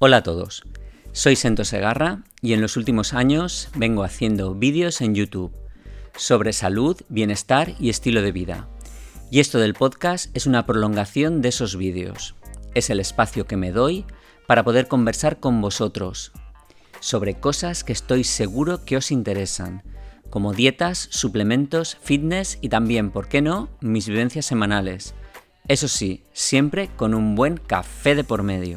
Hola a todos, soy Sento Segarra y en los últimos años vengo haciendo vídeos en YouTube sobre salud, bienestar y estilo de vida. Y esto del podcast es una prolongación de esos vídeos. Es el espacio que me doy para poder conversar con vosotros sobre cosas que estoy seguro que os interesan, como dietas, suplementos, fitness y también, ¿por qué no?, mis vivencias semanales. Eso sí, siempre con un buen café de por medio.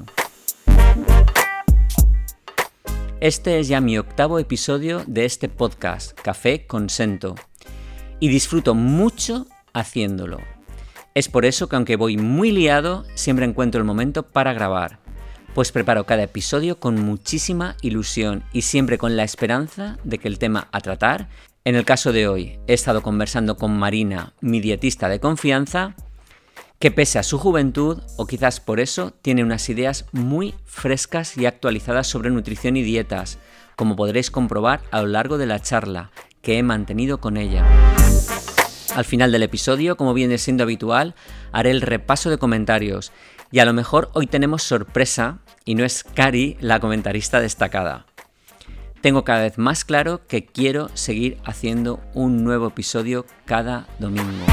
Este es ya mi 8º episodio de este podcast, Café con Sento, y disfruto mucho haciéndolo. Es por eso que aunque voy muy liado, siempre encuentro el momento para grabar, pues preparo cada episodio con muchísima ilusión y siempre con la esperanza de que el tema a tratar, en el caso de hoy, he estado conversando con Marina, mi dietista de confianza, que pese a su juventud, o quizás por eso, tiene unas ideas muy frescas y actualizadas sobre nutrición y dietas, como podréis comprobar a lo largo de la charla que he mantenido con ella. Al final del episodio, como viene siendo habitual, haré el repaso de comentarios y a lo mejor hoy tenemos sorpresa y no es Cari la comentarista destacada. Tengo cada vez más claro que quiero seguir haciendo un nuevo episodio cada domingo.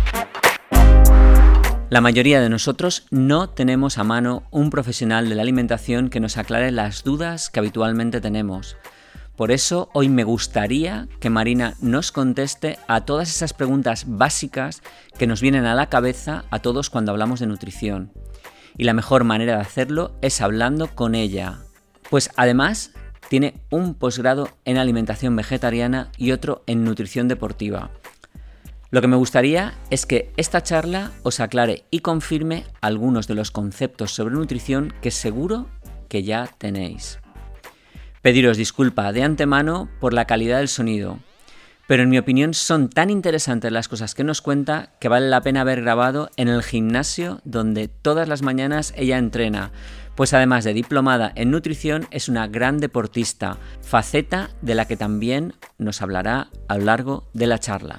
La mayoría de nosotros no tenemos a mano un profesional de la alimentación que nos aclare las dudas que habitualmente tenemos. Por eso hoy me gustaría que Marina nos conteste a todas esas preguntas básicas que nos vienen a la cabeza a todos cuando hablamos de nutrición. Y la mejor manera de hacerlo es hablando con ella, pues además tiene un posgrado en alimentación vegetariana y otro en nutrición deportiva. Lo que me gustaría es que esta charla os aclare y confirme algunos de los conceptos sobre nutrición que seguro que ya tenéis. Pediros disculpa de antemano por la calidad del sonido, pero en mi opinión son tan interesantes las cosas que nos cuenta que vale la pena haber grabado en el gimnasio donde todas las mañanas ella entrena, pues además de diplomada en nutrición es una gran deportista, faceta de la que también nos hablará a lo largo de la charla.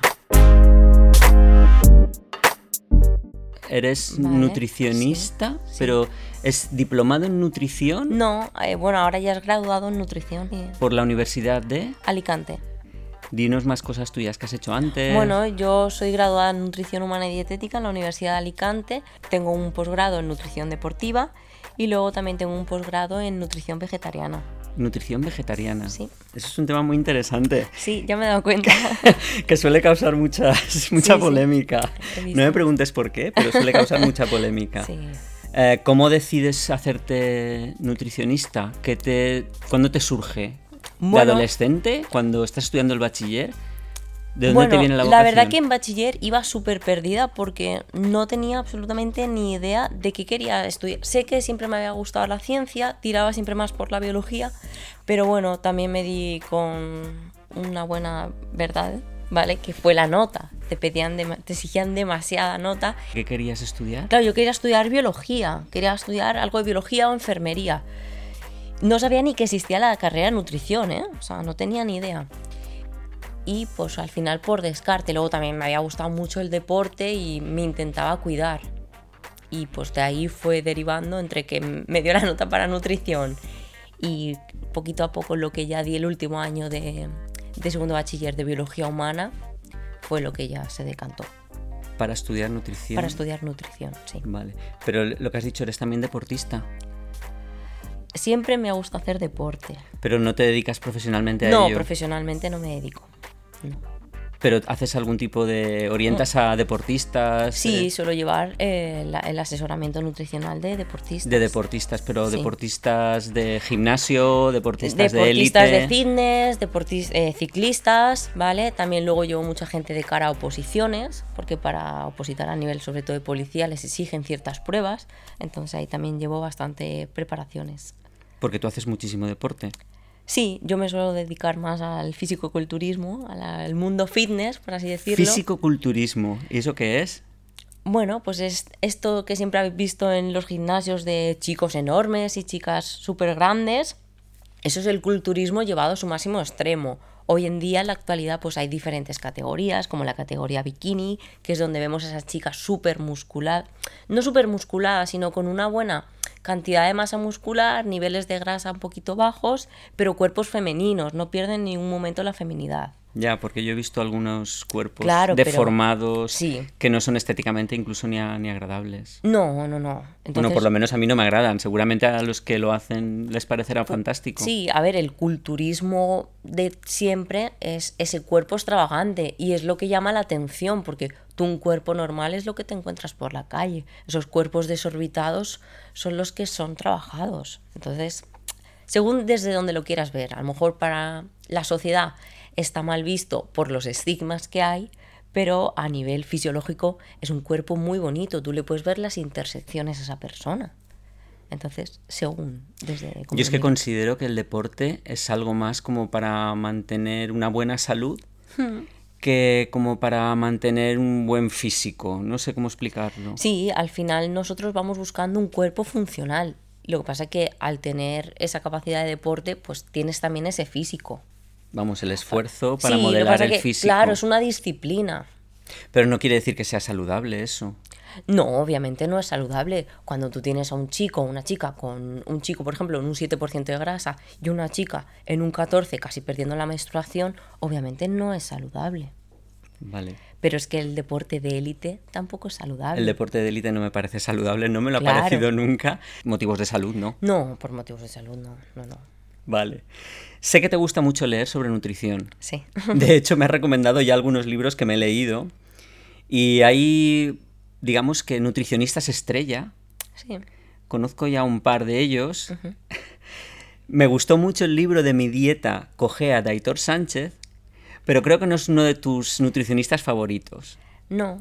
Eres nutricionista, sí. Pero ¿es diplomado en nutrición? No, bueno, ahora ya has graduado en nutrición. ¿Por la Universidad de Alicante? Dinos más cosas tuyas que has hecho antes. Bueno, yo soy graduada en Nutrición Humana y Dietética en la Universidad de Alicante. Tengo un posgrado en Nutrición Deportiva y luego también tengo un posgrado en Nutrición Vegetariana. Nutrición vegetariana. Sí. Eso es un tema muy interesante. Sí, ya me he dado cuenta. Que suele causar mucha polémica. Sí. No me preguntes por qué, pero suele causar mucha polémica. Sí. ¿Cómo decides hacerte nutricionista? ¿Cuándo te surge? ¿De adolescente? ¿Cuando estás estudiando el bachiller? ¿De dónde te viene la vocación? La verdad que en bachiller iba súper perdida porque no tenía absolutamente ni idea de qué quería estudiar. Sé que siempre me había gustado la ciencia, tiraba siempre más por la biología, pero bueno, también me di con una buena verdad, ¿vale? Que fue la nota. Te exigían demasiada nota. ¿Qué querías estudiar? Claro, yo quería estudiar biología, quería estudiar algo de biología o enfermería. No sabía ni que existía la carrera de nutrición, o sea, no tenía ni idea. Y pues al final por descarte, luego también me había gustado mucho el deporte y me intentaba cuidar. Y pues de ahí fue derivando entre que me dio la nota para nutrición y poquito a poco lo que ya di el último año de segundo bachiller de biología humana fue lo que ya se decantó. ¿Para estudiar nutrición? Para estudiar nutrición, sí. Vale, pero lo que has dicho, eres también deportista. Siempre me ha gustado hacer deporte. ¿Pero no te dedicas profesionalmente a ello? No, profesionalmente no me dedico. No. ¿Pero haces algún tipo de... orientas a deportistas? Sí, suelo llevar el asesoramiento nutricional de deportistas. De deportistas, pero sí. ¿Deportistas de gimnasio, deportistas de élite? Deportistas de fitness, ciclistas, ¿vale? También luego llevo mucha gente de cara a oposiciones, porque para opositar a nivel sobre todo de policía les exigen ciertas pruebas, entonces ahí también llevo bastante preparaciones. Porque tú haces muchísimo deporte. Sí, yo me suelo dedicar más al físico-culturismo, al mundo fitness, por así decirlo. Físico-culturismo, ¿y eso qué es? Bueno, pues es esto que siempre habéis visto en los gimnasios de chicos enormes y chicas súper grandes. Eso es el culturismo llevado a su máximo extremo. Hoy en día, en la actualidad, pues hay diferentes categorías, como la categoría bikini, que es donde vemos a esas chicas súper musculadas, no súper musculadas, sino con una buena cantidad de masa muscular, niveles de grasa un poquito bajos, pero cuerpos femeninos, no pierden en ningún momento la feminidad. Ya, porque yo he visto algunos cuerpos Claro, deformados sí. que no son estéticamente incluso ni agradables. No. Bueno, Entonces, por lo menos a mí no me agradan. Seguramente a los que lo hacen les parecerá fantástico. sí, a ver, el culturismo de siempre es ese cuerpo extravagante y es lo que llama la atención, porque tú un cuerpo normal es lo que te encuentras por la calle. Esos cuerpos desorbitados son los que son trabajados. Entonces, según desde donde lo quieras ver, a lo mejor para la sociedad está mal visto por los estigmas que hay, pero a nivel fisiológico es un cuerpo muy bonito. Tú le puedes ver las intersecciones a esa persona. Entonces, según desde... Yo es que considero que el deporte es algo más como para mantener una buena salud que como para mantener un buen físico. No sé cómo explicarlo. Sí, al final nosotros vamos buscando un cuerpo funcional. Lo que pasa es que al tener esa capacidad de deporte, pues tienes también ese físico. Vamos, el esfuerzo para Sí, lo que modelar pasa el que, físico. claro, es una disciplina. Pero no quiere decir que sea saludable eso. No, obviamente no es saludable. Cuando tú tienes a un chico o una chica con un chico, por ejemplo, en un 7% de grasa y una chica en un 14%, casi perdiendo la menstruación, obviamente no es saludable. Vale. Pero es que el deporte de élite tampoco es saludable. El deporte de élite no me parece saludable, no me lo ha Claro. parecido nunca. Motivos de salud, ¿no? No, por motivos de salud, no. Vale. Sé que te gusta mucho leer sobre nutrición. Sí. De hecho, me has recomendado ya algunos libros que me he leído. Y hay, digamos que nutricionistas estrella. Sí. Conozco ya un par de ellos. Me gustó mucho el libro de Mi dieta cojea de Aitor Sánchez, pero creo que no es uno de tus nutricionistas favoritos. No.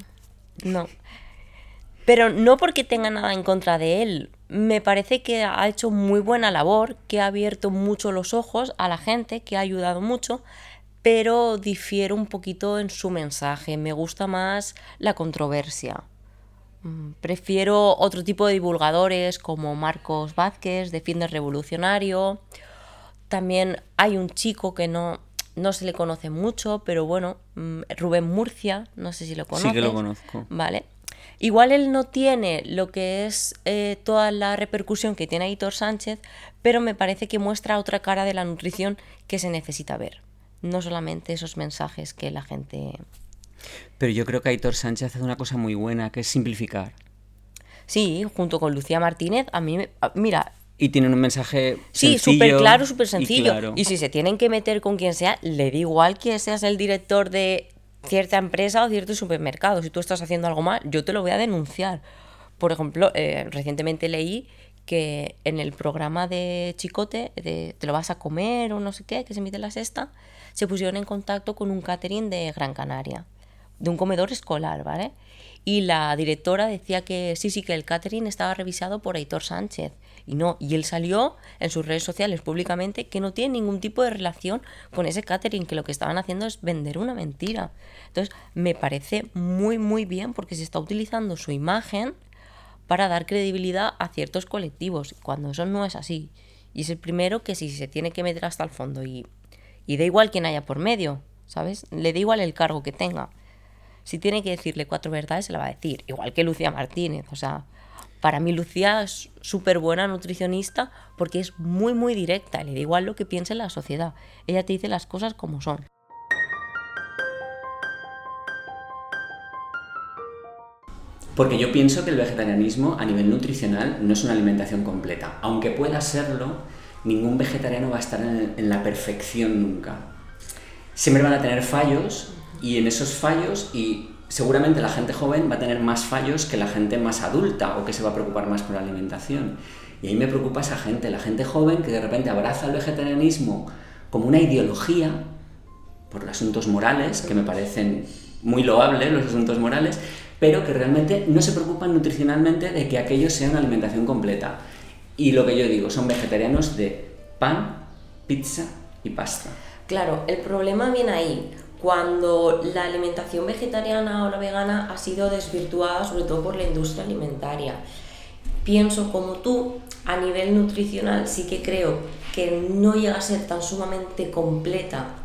Pero no porque tenga nada en contra de él. Me parece que ha hecho muy buena labor, que ha abierto mucho los ojos a la gente, que ha ayudado mucho, pero difiero un poquito en su mensaje. Me gusta más la controversia. Prefiero otro tipo de divulgadores como Marcos Vázquez, de Fitness Revolucionario. También hay un chico que no se le conoce mucho, pero bueno, Rubén Murcia, no sé si lo conoces. Sí que lo conozco. Vale. Igual él no tiene lo que es toda la repercusión que tiene Aitor Sánchez, pero me parece que muestra otra cara de la nutrición que se necesita ver. No solamente esos mensajes que la gente... Pero yo creo que Aitor Sánchez hace una cosa muy buena, que es simplificar. Sí, junto con Lucía Martínez, a mí, mira... Y tienen un mensaje sí, sencillo. súper claro, súper sencillo. Claro. Y si se tienen que meter con quien sea, le da igual que seas el director de cierta empresa o cierto supermercado. Si tú estás haciendo algo mal, yo te lo voy a denunciar. Por ejemplo, recientemente leí que en el programa de Chicote, de Te lo vas a comer o no sé qué, que se emite la sexta, se pusieron en contacto con un catering de Gran Canaria, de un comedor escolar, ¿vale? Y la directora decía que sí, que el catering estaba revisado por Aitor Sánchez. Y no, y él salió en sus redes sociales públicamente que no tiene ningún tipo de relación con ese catering, que lo que estaban haciendo es vender una mentira. Entonces, me parece muy, muy bien porque se está utilizando su imagen para dar credibilidad a ciertos colectivos, cuando eso no es así. Y es el primero que si se tiene que meter hasta el fondo y da igual quién haya por medio, ¿sabes? Le da igual el cargo que tenga. Si tiene que decirle 4 verdades, se la va a decir. Igual que Lucía Martínez. O sea, para mí Lucía es súper buena nutricionista porque es muy, muy directa. Le da igual lo que piense la sociedad. Ella te dice las cosas como son. Porque yo pienso que el vegetarianismo a nivel nutricional no es una alimentación completa. Aunque pueda serlo, ningún vegetariano va a estar en la perfección nunca. Siempre van a tener fallos y en esos fallos, y seguramente la gente joven va a tener más fallos que la gente más adulta o que se va a preocupar más por la alimentación. Y ahí me preocupa esa gente, la gente joven que de repente abraza el vegetarianismo como una ideología por asuntos morales, que me parecen muy loables los asuntos morales, pero que realmente no se preocupan nutricionalmente de que aquello sea una alimentación completa. Y lo que yo digo, son vegetarianos de pan, pizza y pasta. Claro, el problema viene ahí, cuando la alimentación vegetariana o la vegana ha sido desvirtuada sobre todo por la industria alimentaria. Pienso como tú, a nivel nutricional sí que creo que no llega a ser tan sumamente completa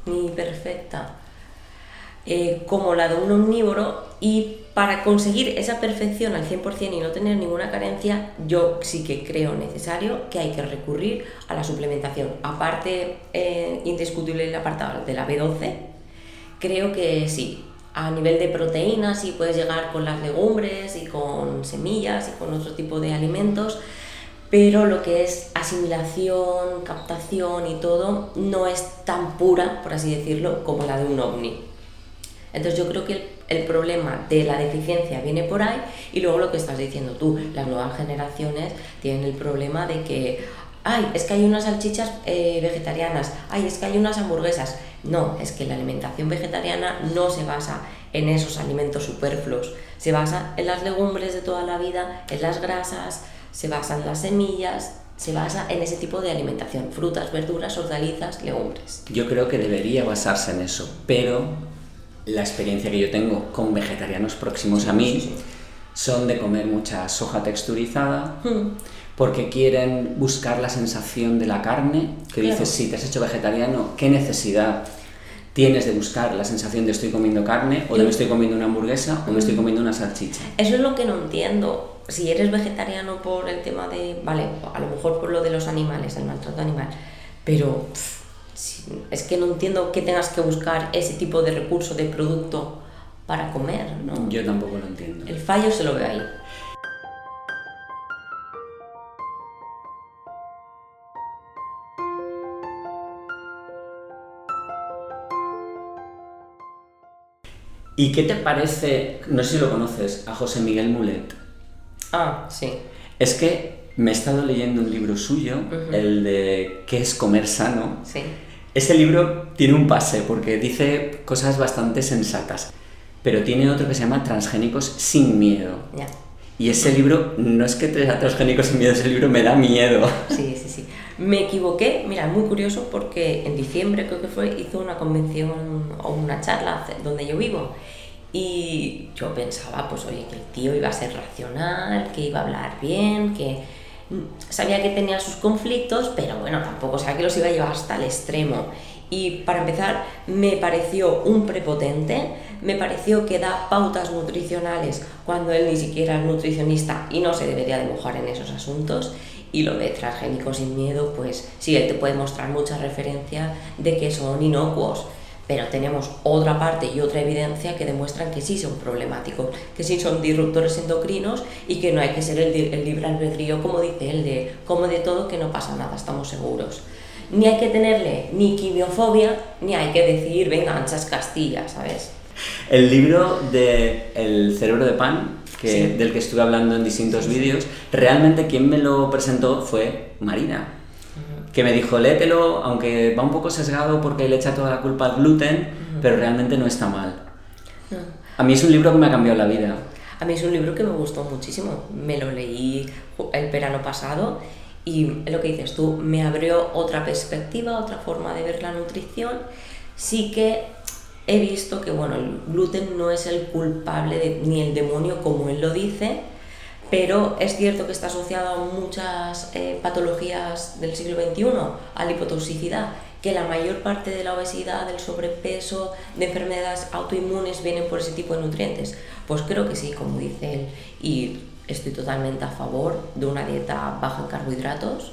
ni perfecta como la de un omnívoro, y para conseguir esa perfección al 100% y no tener ninguna carencia, yo sí que creo necesario que hay que recurrir a la suplementación. Aparte, indiscutible el apartado de la B12, creo que sí. A nivel de proteínas sí puedes llegar con las legumbres y con semillas y con otro tipo de alimentos, pero lo que es asimilación, captación y todo no es tan pura, por así decirlo, como la de un ovni. Entonces yo creo que el problema de la deficiencia viene por ahí, y luego lo que estás diciendo tú, las nuevas generaciones tienen el problema de que ay, es que hay unas salchichas vegetarianas, ay, es que hay unas hamburguesas. No, es que la alimentación vegetariana no se basa en esos alimentos superfluos, se basa en las legumbres de toda la vida, en las grasas, se basa en las semillas, se basa en ese tipo de alimentación, frutas, verduras, hortalizas, legumbres. Yo creo que debería basarse en eso, pero la experiencia que yo tengo con vegetarianos próximos a mí son de comer mucha soja texturizada, porque quieren buscar la sensación de la carne, que claro. Dices, si te has hecho vegetariano, ¿qué necesidad tienes de buscar la sensación de estoy comiendo carne, o de me estoy comiendo una hamburguesa, o me estoy comiendo una salchicha? Eso es lo que no entiendo. Si eres vegetariano por el tema de, vale, a lo mejor por lo de los animales, el maltrato animal, pero es que no entiendo que tengas que buscar ese tipo de recurso, de producto para comer, ¿no? Yo tampoco lo entiendo. El fallo se lo veo ahí. ¿Y qué te parece, no sé si lo conoces, a José Miguel Mulet? Ah, sí. Es que me he estado leyendo un libro suyo, el de ¿Qué es comer sano? Sí. Ese libro tiene un pase porque dice cosas bastante sensatas, pero tiene otro que se llama Transgénicos sin miedo. Ya. Y ese libro, no es que sea Transgénicos sin miedo, ese libro me da miedo. Sí. Me equivoqué, mira, muy curioso, porque en diciembre creo que fue, hizo una convención o una charla donde yo vivo, y yo pensaba, pues oye, que el tío iba a ser racional, que iba a hablar bien, que sabía que tenía sus conflictos, pero bueno, tampoco sabía que los iba a llevar hasta el extremo. Y para empezar, me pareció un prepotente, me pareció que da pautas nutricionales cuando él ni siquiera es nutricionista y no se debería de mojar en esos asuntos. Y lo de Transgénicos sin miedo, pues sí, él te puede mostrar muchas referencias de que son inocuos, pero tenemos otra parte y otra evidencia que demuestran que sí son problemáticos, que sí son disruptores endocrinos, y que no hay que ser el libre albedrío, como dice él, de como de todo, que no pasa nada, estamos seguros. Ni hay que tenerle ni quimiofobia, ni hay que decir, venga, anchas Castilla, ¿sabes? El libro de El cerebro de pan, del que estuve hablando en distintos vídeos, realmente quien me lo presentó fue Marina, que me dijo, léetelo, aunque va un poco sesgado porque le echa toda la culpa al gluten, pero realmente no está mal. No. A mí es un libro que me ha cambiado la vida. A mí es un libro que me gustó muchísimo, me lo leí el verano pasado, y lo que dices tú, me abrió otra perspectiva, otra forma de ver la nutrición. Sí que he visto que, bueno, el gluten no es el culpable ni el demonio, como él lo dice, pero es cierto que está asociado a muchas patologías del siglo XXI, a la hipotoxicidad, que la mayor parte de la obesidad, del sobrepeso, de enfermedades autoinmunes vienen por ese tipo de nutrientes. Pues creo que sí, como dice él, y estoy totalmente a favor de una dieta baja en carbohidratos.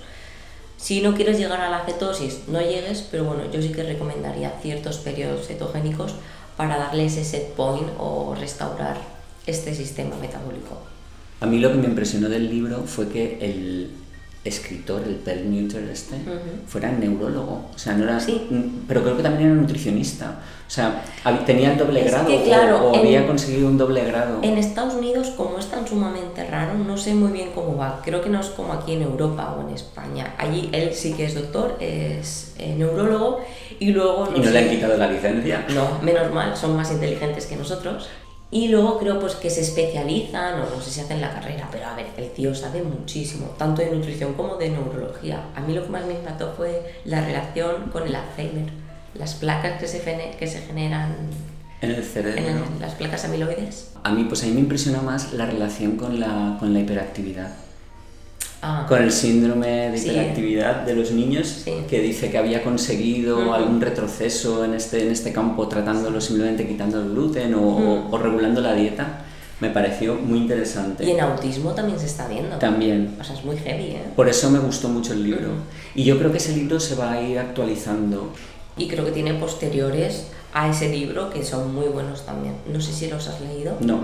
Si no quieres llegar a la cetosis, no llegues, pero bueno, yo sí que recomendaría ciertos periodos cetogénicos para darle ese set point o restaurar este sistema metabólico. A mí lo que me impresionó del libro fue que el escritor, el Perlmutter fuera neurólogo, o sea, no era, sí. Pero creo que también era nutricionista, o sea, tenía el doble grado, que, claro, o había conseguido un doble grado. En Estados Unidos, como es tan sumamente raro, no sé muy bien cómo va, creo que no es como aquí en Europa o en España. Allí él sí que es doctor, es neurólogo, y luego... ¿Y no le han quitado la licencia? No, menos mal, son más inteligentes que nosotros. Y luego creo pues que se especializan, o no sé si hacen la carrera, pero a ver, el tío sabe muchísimo, tanto de nutrición como de neurología. A mí lo que más me impactó fue la relación con el Alzheimer, las placas que se generan en el cerebro, las placas amiloides. A mí me impresiona más la relación con la hiperactividad. con el síndrome de Sí. hiperactividad de los niños, Sí. que dice que había conseguido algún retroceso en este campo tratándolo simplemente quitando el gluten o regulando la dieta. Me pareció muy interesante. Y en autismo también se está viendo. También. O sea, es muy heavy, ¿eh? Por eso me gustó mucho el libro. Y yo creo que ese libro se va a ir actualizando. Y creo que tiene posteriores a ese libro que son muy buenos también. No sé si los has leído. No.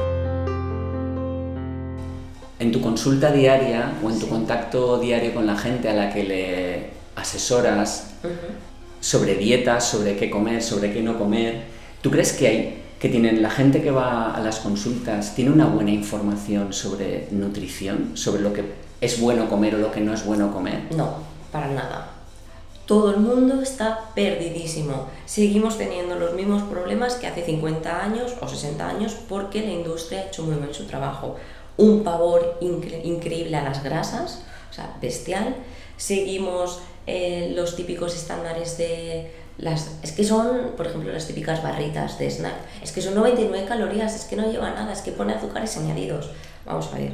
En tu consulta diaria o en tu contacto diario con la gente a la que le asesoras sobre dietas, sobre qué comer, sobre qué no comer, ¿tú crees que tienen la gente que va a las consultas tiene una buena información sobre nutrición, sobre lo que es bueno comer o lo que no es bueno comer? No, para nada. Todo el mundo está perdidísimo. Seguimos teniendo los mismos problemas que hace 50 años o 60 años porque la industria ha hecho muy bien su trabajo. Un pavor increíble a las grasas, o sea, bestial. Seguimos los típicos estándares de es que son, por ejemplo, las típicas barritas de snack. Es que son 99 calorías, es que no lleva nada, es que pone azúcares añadidos. Vamos a ver.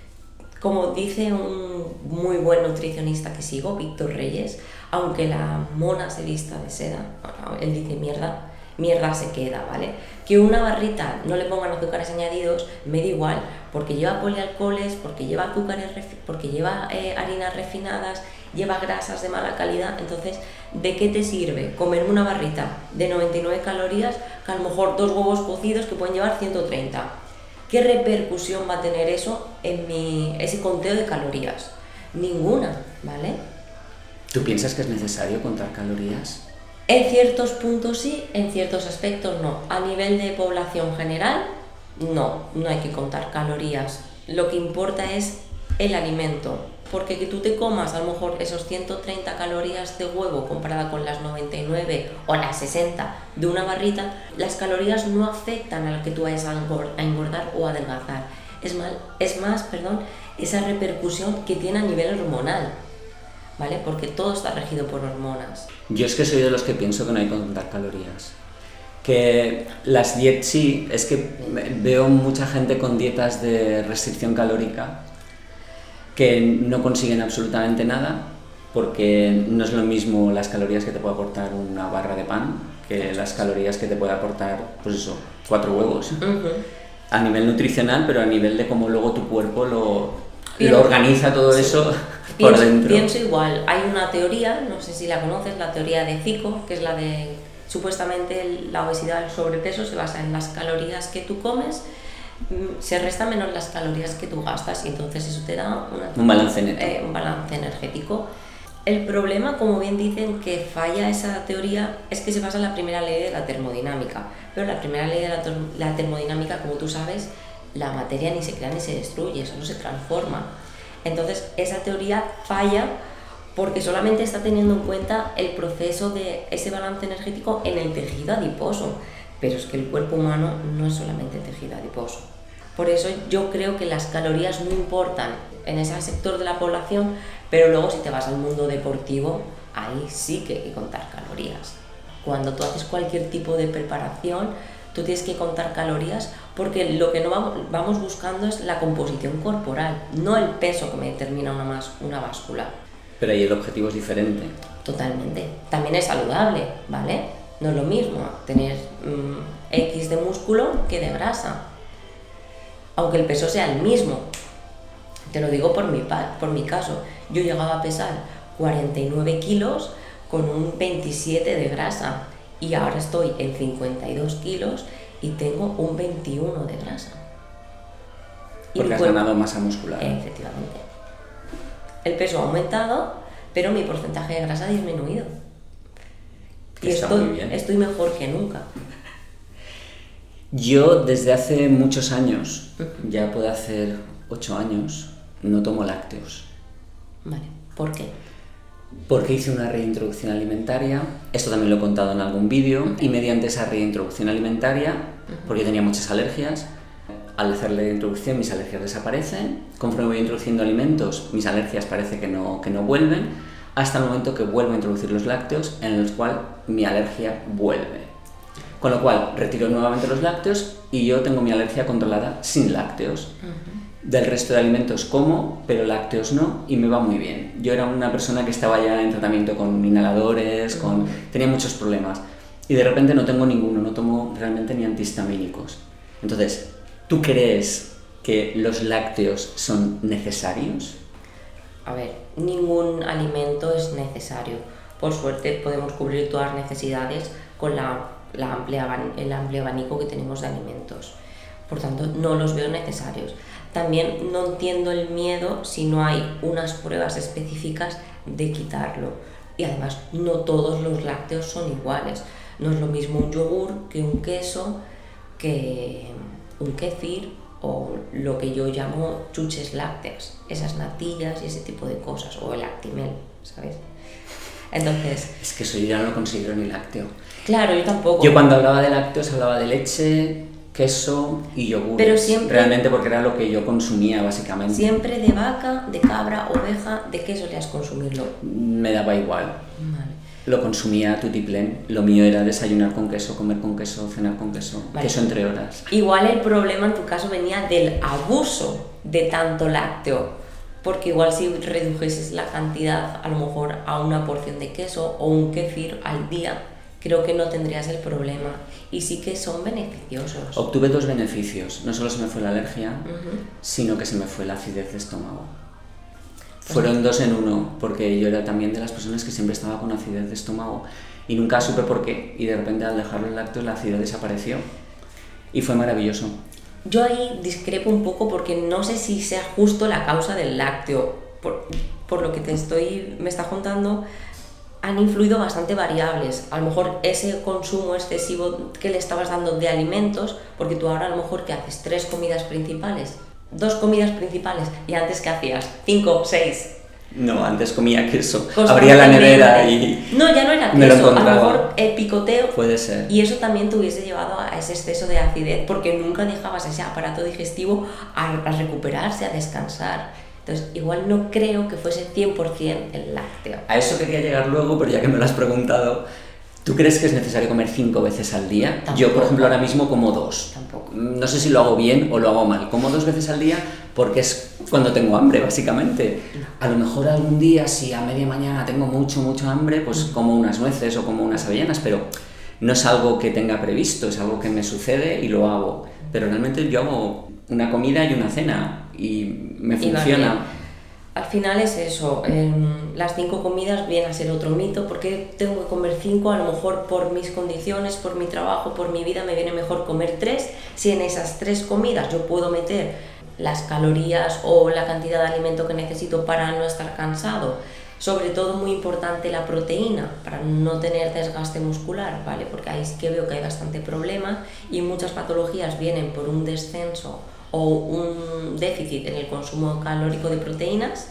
Como dice un muy buen nutricionista que sigo, Víctor Reyes, aunque la mona se vista de seda, bueno, él dice mierda se queda, ¿vale? Que una barrita no le pongan azúcares añadidos, me da igual, porque lleva polialcoholes, porque lleva azúcares, porque lleva harinas refinadas, lleva grasas de mala calidad. Entonces, ¿de qué te sirve comerme una barrita de 99 calorías que a lo mejor 2 huevos cocidos que pueden llevar 130? ¿Qué repercusión va a tener eso en ese conteo de calorías? Ninguna, ¿vale? ¿Tú piensas que es necesario contar calorías? En ciertos puntos sí, en ciertos aspectos no. A nivel de población general, no hay que contar calorías. Lo que importa es el alimento, porque que tú te comas a lo mejor esos 130 calorías de huevo comparada con las 99 o las 60 de una barrita, las calorías no afectan a lo que tú vayas a engordar o adelgazar. Es más, esa repercusión que tiene a nivel hormonal, ¿vale? Porque todo está regido por hormonas. Yo es que soy de los que pienso que no hay que contar calorías. Que las dietas, sí, es que veo mucha gente con dietas de restricción calórica que no consiguen absolutamente nada, porque no es lo mismo las calorías que te puede aportar una barra de pan que las calorías que te puede aportar, pues eso, 4 huevos. A nivel nutricional, pero a nivel de cómo luego tu cuerpo lo organiza todo eso por dentro. Pienso igual. Hay una teoría, no sé si la conoces, la teoría de Zico, que es la de, supuestamente la obesidad, el sobrepeso se basa en las calorías que tú comes, se resta menos las calorías que tú gastas y entonces eso te da un balance neto. Un balance energético. El problema, como bien dicen, que falla esa teoría es que se basa en la primera ley de la termodinámica. Pero la primera ley de la termodinámica, como tú sabes, la materia ni se crea ni se destruye, solo se transforma. Entonces esa teoría falla porque solamente está teniendo en cuenta el proceso de ese balance energético en el tejido adiposo. Pero es que el cuerpo humano no es solamente tejido adiposo. Por eso yo creo que las calorías no importan en ese sector de la población, pero luego si te vas al mundo deportivo, ahí sí que hay que contar calorías. Cuando tú haces cualquier tipo de preparación, tú tienes que contar calorías porque lo que no vamos buscando es la composición corporal, no el peso que me determina una báscula. Pero ahí el objetivo es diferente. Totalmente. También es saludable, ¿vale? No es lo mismo tener X de músculo que de grasa, aunque el peso sea el mismo. Te lo digo por mi caso. Yo llegaba a pesar 49 kilos con un 27 de grasa y ahora estoy en 52 kilos y tengo un 21 de grasa. Porque has ganado masa muscular. Efectivamente. El peso ha aumentado, pero mi porcentaje de grasa ha disminuido. Y estoy mejor que nunca. Yo desde hace muchos años, ya puede hacer 8 años, no tomo lácteos. Vale, ¿por qué? Porque hice una reintroducción alimentaria, esto también lo he contado en algún vídeo, y mediante esa reintroducción alimentaria, porque yo tenía muchas alergias, al hacer la reintroducción mis alergias desaparecen, conforme voy introduciendo alimentos, mis alergias parece que no vuelven, hasta el momento que vuelvo a introducir los lácteos, en el cual mi alergia vuelve. Con lo cual, retiro nuevamente los lácteos y yo tengo mi alergia controlada sin lácteos. Del resto de alimentos como, pero lácteos no, y me va muy bien. Yo era una persona que estaba ya en tratamiento con inhaladores, tenía muchos problemas. Y de repente no tengo ninguno, no tomo realmente ni antihistamínicos. Entonces, ¿tú crees que los lácteos son necesarios? A ver, ningún alimento es necesario. Por suerte podemos cubrir todas las necesidades con el amplio abanico que tenemos de alimentos. Por tanto, no los veo necesarios. También no entiendo el miedo si no hay unas pruebas específicas de quitarlo. Y además, no todos los lácteos son iguales. No es lo mismo un yogur que un queso, que un kéfir o lo que yo llamo chuches lácteas, esas natillas y ese tipo de cosas, o el Actimel, ¿sabes? Entonces... Es que eso yo ya no lo considero ni lácteo. Claro, yo tampoco. Yo cuando hablaba de lácteos hablaba de leche, queso y yogur. Pero siempre... Realmente porque era lo que yo consumía, básicamente. Siempre de vaca, de cabra, oveja, ¿de qué solías consumirlo? Me daba igual. Vale. Lo consumía tutiplén. Lo mío era desayunar con queso, comer con queso, cenar con queso. Vale. Queso entre horas. Igual el problema en tu caso venía del abuso de tanto lácteo. Porque igual si redujeses la cantidad a lo mejor a una porción de queso o un kéfir al día, creo que no tendrías el problema. Y sí que son beneficiosos. Obtuve 2 beneficios. No solo se me fue la alergia, sino que se me fue la acidez de estómago. Fueron 2 en 1, porque yo era también de las personas que siempre estaba con acidez de estómago y nunca supe por qué, y de repente al dejar los lácteos la acidez desapareció y fue maravilloso. Yo ahí discrepo un poco porque no sé si sea justo la causa del lácteo. Por lo que me está contando, han influido bastante variables. A lo mejor ese consumo excesivo que le estabas dando de alimentos, porque tú ahora a lo mejor que haces 3 comidas principales, 2 comidas principales, y antes ¿qué hacías? 5, 6. No, antes comía queso. Abría la nevera y... No, ya no era me lo queso, a encontraba. lo mejor el picoteo. Puede ser. Y eso también te hubiese llevado a ese exceso de acidez, porque nunca dejabas ese aparato digestivo a recuperarse, a descansar. Entonces, igual no creo que fuese 100% el lácteo. A eso quería llegar luego, pero ya que me lo has preguntado, ¿tú crees que es necesario comer 5 veces al día? Tampoco. Yo, por ejemplo, ahora mismo como 2. Tampoco. No sé si lo hago bien o lo hago mal. Como 2 veces al día porque es cuando tengo hambre, básicamente. A lo mejor algún día, si a media mañana tengo mucho hambre, pues como unas nueces o como unas avellanas, pero no es algo que tenga previsto, es algo que me sucede y lo hago. Pero realmente yo hago una comida y una cena y me funciona. Al final es eso, las 5 comidas viene a ser otro mito, porque tengo que comer 5, a lo mejor por mis condiciones, por mi trabajo, por mi vida me viene mejor comer 3, si en esas 3 comidas yo puedo meter las calorías o la cantidad de alimento que necesito para no estar cansado, sobre todo muy importante la proteína, para no tener desgaste muscular, ¿vale? Porque ahí sí que veo que hay bastante problema y muchas patologías vienen por un descenso o un déficit en el consumo calórico de proteínas.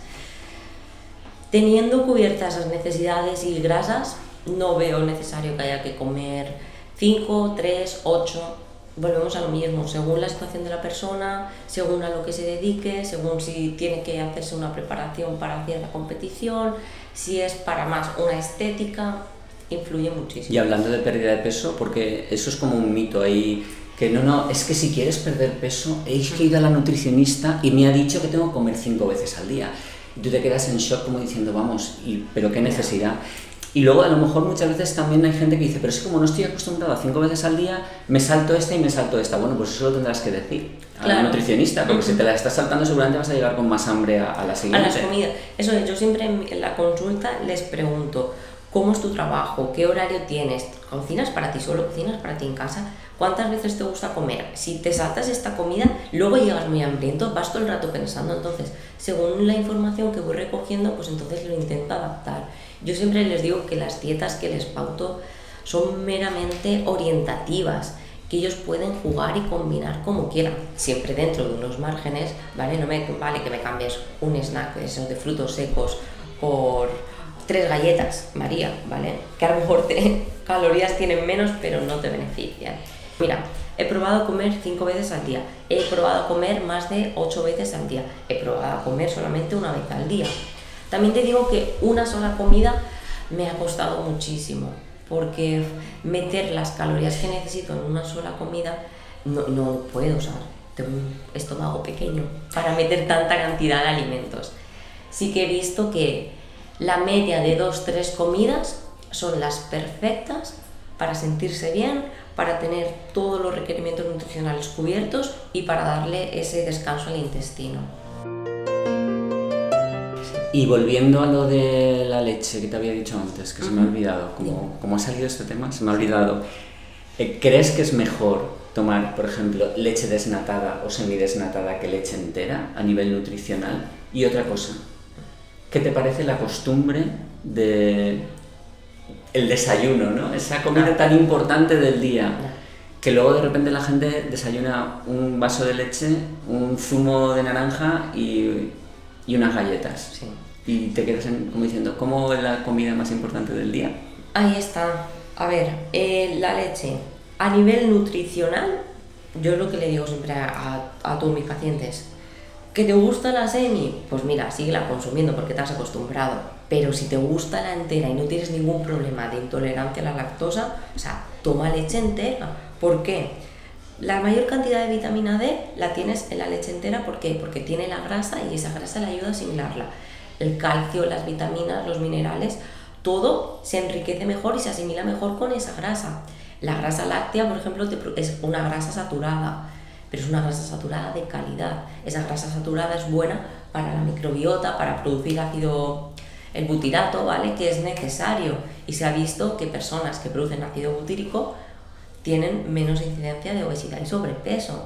Teniendo cubiertas las necesidades y grasas, no veo necesario que haya que comer 5, 3, 8. Volvemos a lo mismo, según la situación de la persona, según a lo que se dedique, según si tiene que hacerse una preparación para cierta competición, si es para más una estética, influye muchísimo. Y hablando de pérdida de peso, porque eso es como un mito ahí, que no, es que si quieres perder peso, he ido a la nutricionista y me ha dicho que tengo que comer 5 veces al día. Y tú te quedas en shock como diciendo, vamos, pero qué necesidad. Y luego a lo mejor muchas veces también hay gente que dice, pero es que como no estoy acostumbrado a 5 veces al día, me salto esta y me salto esta. Bueno, pues eso lo tendrás que decir a la nutricionista, porque si te la estás saltando seguramente vas a llegar con más hambre a la siguiente. A las comidas. Eso es, yo siempre en la consulta les pregunto, ¿cómo es tu trabajo? ¿Qué horario tienes? ¿Cocinas para ti solo? ¿Cocinas para ti en casa? ¿Cuántas veces te gusta comer? Si te saltas esta comida, luego llegas muy hambriento, vas todo el rato pensando. Entonces, según la información que voy recogiendo, pues entonces lo intento adaptar. Yo siempre les digo que las dietas que les pauto son meramente orientativas, que ellos pueden jugar y combinar como quieran, siempre dentro de unos márgenes, ¿vale? No me vale que me cambies un snack de esos de frutos secos por 3 galletas, María, ¿vale? Que a lo mejor calorías tienen menos, pero no te benefician. Mira, he probado a comer 5 veces al día, he probado a comer más de 8 veces al día, he probado a comer solamente una vez al día. También te digo que una sola comida me ha costado muchísimo, porque meter las calorías que necesito en una sola comida no puedo usar. tengo un estómago pequeño para meter tanta cantidad de alimentos. Sí que he visto que la media de 2-3 comidas son las perfectas para sentirse bien, para tener todos los requerimientos nutricionales cubiertos y para darle ese descanso al intestino. Y volviendo a lo de la leche que te había dicho antes, que se me ha olvidado, como ha salido este tema, se me ha olvidado. ¿Crees que es mejor tomar, por ejemplo, leche desnatada o semidesnatada que leche entera a nivel nutricional? Y otra cosa, ¿qué te parece la costumbre de el desayuno, ¿no? Esa comida tan importante del día, que luego de repente la gente desayuna un vaso de leche, un zumo de naranja y unas galletas. Sí. Y te quedas como diciendo, ¿cómo es la comida más importante del día? Ahí está. A ver, la leche, a nivel nutricional, yo es lo que le digo siempre a todos mis pacientes. ¿Que te gusta la semi? Pues mira, síguela consumiendo porque te has acostumbrado. Pero si te gusta la entera y no tienes ningún problema de intolerancia a la lactosa, o sea, toma leche entera. ¿Por qué? La mayor cantidad de vitamina D la tienes en la leche entera. ¿Por qué? Porque tiene la grasa y esa grasa le ayuda a asimilarla. El calcio, las vitaminas, los minerales, todo se enriquece mejor y se asimila mejor con esa grasa. La grasa láctea, por ejemplo, es una grasa saturada, pero es una grasa saturada de calidad. Esa grasa saturada es buena para la microbiota, para producir el butirato, ¿vale? Que es necesario. Y se ha visto que personas que producen ácido butírico tienen menos incidencia de obesidad y sobrepeso.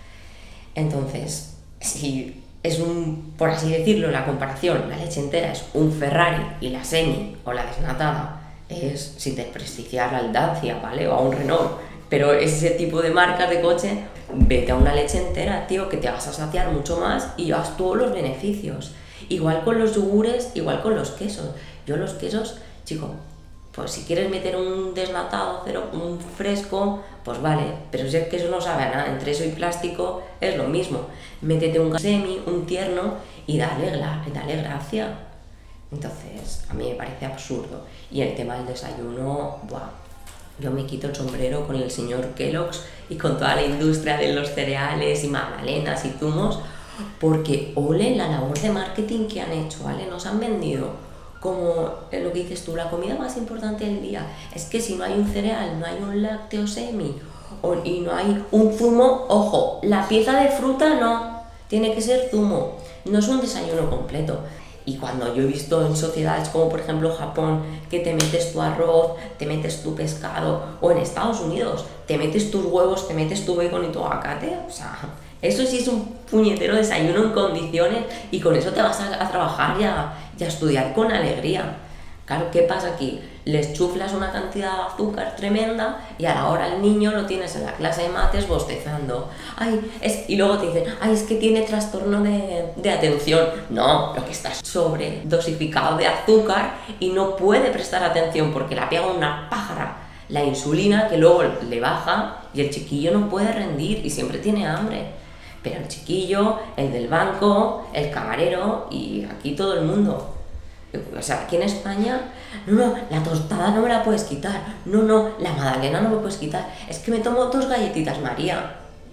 Entonces, si es por así decirlo, la comparación, la leche entera es un Ferrari y la semi o la desnatada es, sin desprestigiar al Dacia, ¿vale? O a un Renault, pero ese tipo de marcas de coche, vete a una leche entera, tío, que te vas a saciar mucho más y llevas todos los beneficios. Igual con los yogures, igual con los quesos. Yo los quesos, chico, pues si quieres meter un desnatado, un fresco, pues vale, pero si el queso no sabe a nada, entre eso y plástico es lo mismo. Métete un semi, un tierno y dale gracia. Entonces, a mí me parece absurdo. Y el tema del desayuno, ¡buah! Yo me quito el sombrero con el señor Kellogg's y con toda la industria de los cereales y magdalenas y zumos, porque ole la labor de marketing que han hecho, ¿vale? Nos han vendido como lo que dices tú, la comida más importante del día. Es que si no hay un cereal, no hay un lácteo semi y no hay un zumo, ojo, la pieza de fruta no, tiene que ser zumo, no es un desayuno completo. Y cuando yo he visto en sociedades como por ejemplo Japón, que te metes tu arroz, te metes tu pescado, o en Estados Unidos, te metes tus huevos, te metes tu bacon y tu aguacate, o sea, eso sí es un puñetero desayuno en condiciones y con eso te vas a trabajar y a estudiar con alegría. Claro, ¿qué pasa aquí? Les chuflas una cantidad de azúcar tremenda y a la hora el niño lo tienes en la clase de mates bostezando. Y luego te dicen, es que tiene trastorno de atención. No, lo que está sobredosificado de azúcar y no puede prestar atención porque le pega una pájara la insulina que luego le baja y el chiquillo no puede rendir y siempre tiene hambre. Pero el chiquillo, el del banco, el camarero y aquí todo el mundo. O sea, aquí en España, no, la tostada no me la puedes quitar, no, la magdalena no me puedes quitar, es que me tomo 2 galletitas María.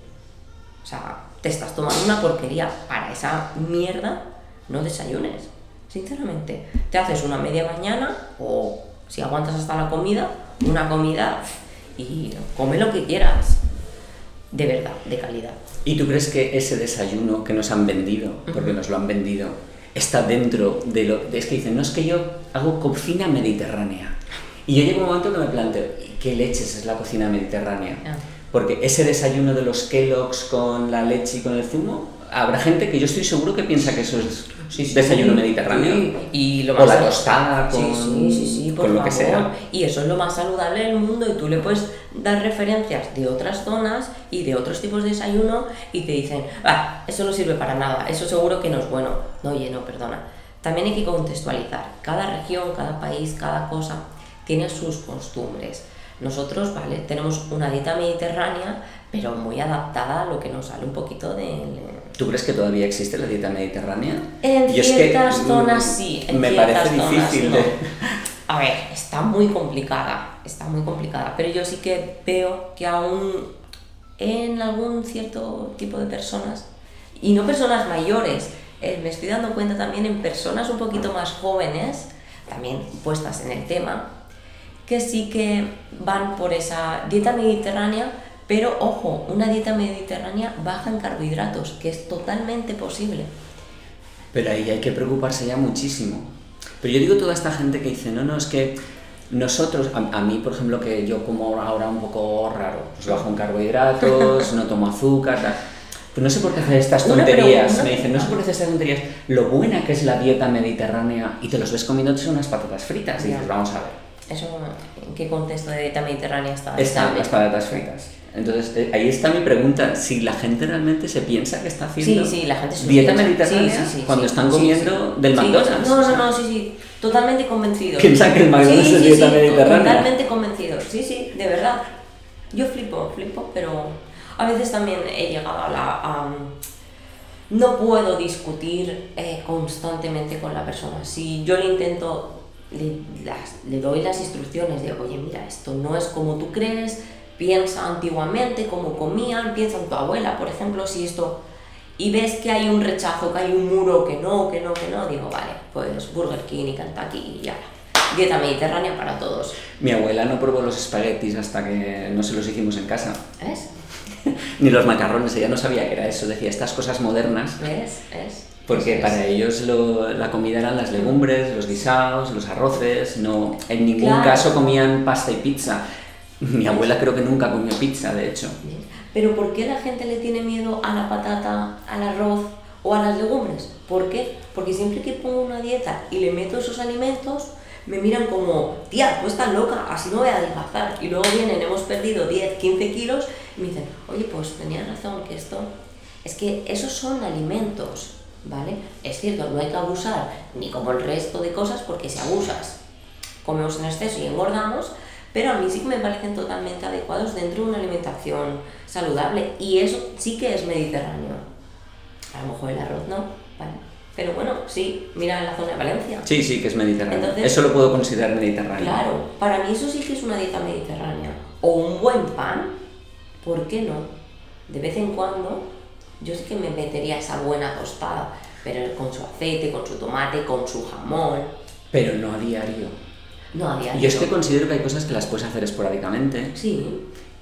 O sea, te estás tomando una porquería. Para esa mierda no desayunes, sinceramente. Te haces una media mañana o si aguantas hasta la comida, una comida y come lo que quieras. De verdad, de calidad. ¿Y tú crees que ese desayuno que nos han vendido, porque nos lo han vendido, está dentro de lo... Es que dicen, no, es que yo hago cocina mediterránea. Y yo llego un momento que me planteo, ¿qué leches es la cocina mediterránea? Porque ese desayuno de los Kellogg's con la leche y con el zumo, habrá gente que yo estoy seguro que piensa que eso es desayuno mediterráneo. Y o la tostada con, con lo que sea. Y eso es lo más saludable del mundo y tú le puedes dar referencias de otras zonas y de otros tipos de desayuno y te dicen, eso no sirve para nada, eso seguro que no es bueno. No, oye, no, perdona. También hay que contextualizar. Cada región, cada país, cada cosa tiene sus costumbres. Nosotros, vale, tenemos una dieta mediterránea, pero muy adaptada a lo que nos sale un poquito de... ¿Tú crees que todavía existe la dieta mediterránea? En ciertas zonas sí, en me ciertas parece difícil zonas no. A ver, está muy complicada, pero yo sí que veo que aún en algún cierto tipo de personas, y no personas mayores, me estoy dando cuenta también en personas un poquito más jóvenes, también puestas en el tema, que sí que van por esa dieta mediterránea, pero ojo, una dieta mediterránea baja en carbohidratos, que es totalmente posible. Pero ahí hay que preocuparse ya muchísimo. Pero yo digo toda esta gente que dice, no, es que nosotros, a mí por ejemplo, que yo como ahora un poco raro, pues bajo en carbohidratos, no tomo azúcar, tal. Pues no sé por qué hacer estas tonterías, me dicen, no sé por qué hacer estas tonterías, lo buena que es la dieta mediterránea y te los ves comiéndote unas patatas fritas, y dices, vamos a ver. ¿Eso en qué contexto de dieta mediterránea está? Están las patatas fritas. Entonces, ahí está mi pregunta, si la gente realmente se piensa que está haciendo la gente dieta mediterránea cuando están comiendo del McDonald's. No, totalmente convencidos. Piensa que el McDonald's es dieta mediterránea. Totalmente convencidos, sí, de verdad. Yo flipo, pero a veces también he llegado a no puedo discutir constantemente con la persona. Si yo le intento, le doy las instrucciones de, oye, mira, esto no es como tú crees, piensa antiguamente cómo comían, piensa en tu abuela, por ejemplo, si esto, y ves que hay un rechazo, que hay un muro, que no, digo, vale, pues Burger King y Kentucky y ya, dieta mediterránea para todos. Mi abuela no probó los espaguetis hasta que no se los hicimos en casa. ¿Ves? Ni los macarrones, ella no sabía que era eso, decía estas cosas modernas. ¿Ves? Porque para ellos la comida eran las legumbres, los guisados, los arroces, no, en ningún caso comían pasta y pizza. Mi abuela creo que nunca comió pizza, de hecho. ¿Pero por qué la gente le tiene miedo a la patata, al arroz o a las legumbres? ¿Por qué? Porque siempre que pongo una dieta y le meto esos alimentos, me miran como, tía, tú estás loca, así no voy a adelgazar. Y luego vienen, hemos perdido 10, 15 kilos y me dicen, oye, pues tenías razón, que esto... Es que esos son alimentos, ¿vale? Es cierto, no hay que abusar ni como el resto de cosas, porque si abusas, comemos en exceso y engordamos, pero a mí sí que me parecen totalmente adecuados dentro de una alimentación saludable, y eso sí que es mediterráneo. A lo mejor el arroz no, ¿vale? Pero bueno, sí, mira la zona de Valencia. Sí, que es mediterráneo. Entonces, eso lo puedo considerar mediterráneo. Claro, para mí eso sí que es una dieta mediterránea. O un buen pan, ¿por qué no? De vez en cuando, yo sí que me metería esa buena tostada, pero con su aceite, con su tomate, con su jamón. Pero no a diario. No a diario. Yo es que considero que hay cosas que las puedes hacer esporádicamente. Sí.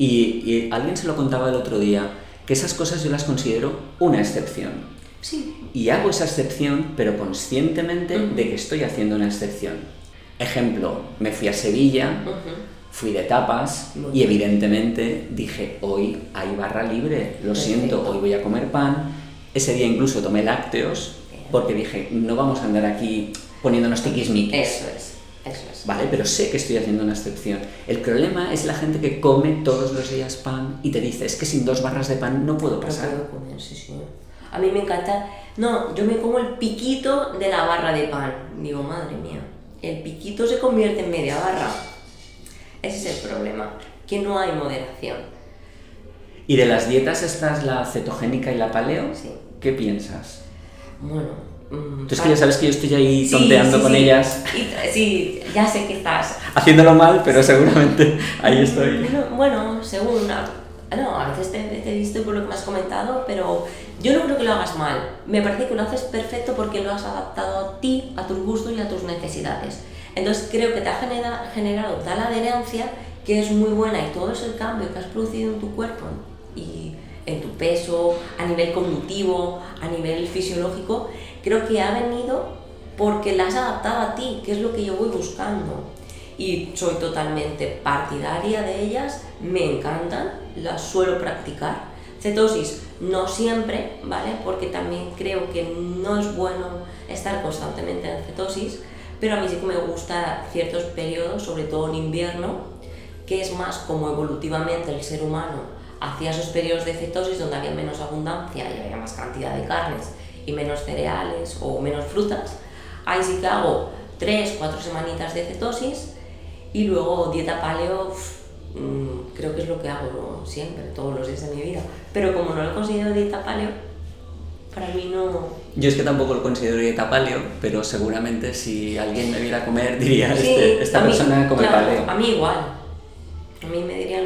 Y alguien se lo contaba el otro día, que esas cosas yo las considero una excepción. Sí. Y hago esa excepción, pero conscientemente de que estoy haciendo una excepción. Ejemplo, me fui a Sevilla, fui de tapas y evidentemente dije, hoy hay barra libre, lo siento, hoy voy a comer pan. Ese día incluso tomé lácteos porque dije, no vamos a andar aquí poniéndonos tiquismiquis. Eso es. Vale, pero sé que estoy haciendo una excepción. El problema es la gente que come todos los días pan y te dice, es que sin 2 barras de pan no puedo pasar. No puedo comer, sí. A mí me encanta... No, yo me como el piquito de la barra de pan. Digo, madre mía, el piquito se convierte en media barra. Ese es el problema, que no hay moderación. ¿Y de las dietas estas, la cetogénica y la paleo? Sí. ¿Qué piensas? Bueno... Tú es que ya sabes que yo estoy ahí tonteando con ellas. Sí, ya sé que estás... haciéndolo mal, pero seguramente ahí estoy. Bueno, según... No, a veces te he visto por lo que me has comentado, pero yo no creo que lo hagas mal. Me parece que lo haces perfecto porque lo has adaptado a ti, a tus gustos y a tus necesidades. Entonces creo que te ha generado tal adherencia que es muy buena, y todo ese cambio que has producido en tu cuerpo y en tu peso, a nivel cognitivo, a nivel fisiológico, creo que ha venido porque la has adaptado a ti, que es lo que yo voy buscando. Y soy totalmente partidaria de ellas, me encantan, las suelo practicar. Cetosis no siempre, ¿vale? Porque también creo que no es bueno estar constantemente en cetosis, pero a mí sí que me gusta ciertos periodos, sobre todo en invierno, que es más como evolutivamente el ser humano hacía esos periodos de cetosis donde había menos abundancia y había más cantidad de carnes y menos cereales o menos frutas. Ahí sí que hago 3-4 semanitas de cetosis. Y luego dieta paleo, creo que es lo que hago siempre, todos los días de mi vida. Pero como no lo considero dieta paleo, para mí no... Yo es que tampoco lo considero dieta paleo, pero seguramente si alguien me viera comer diría, sí, esta persona come paleo. A mí igual. A mí me dirían lo mismo, es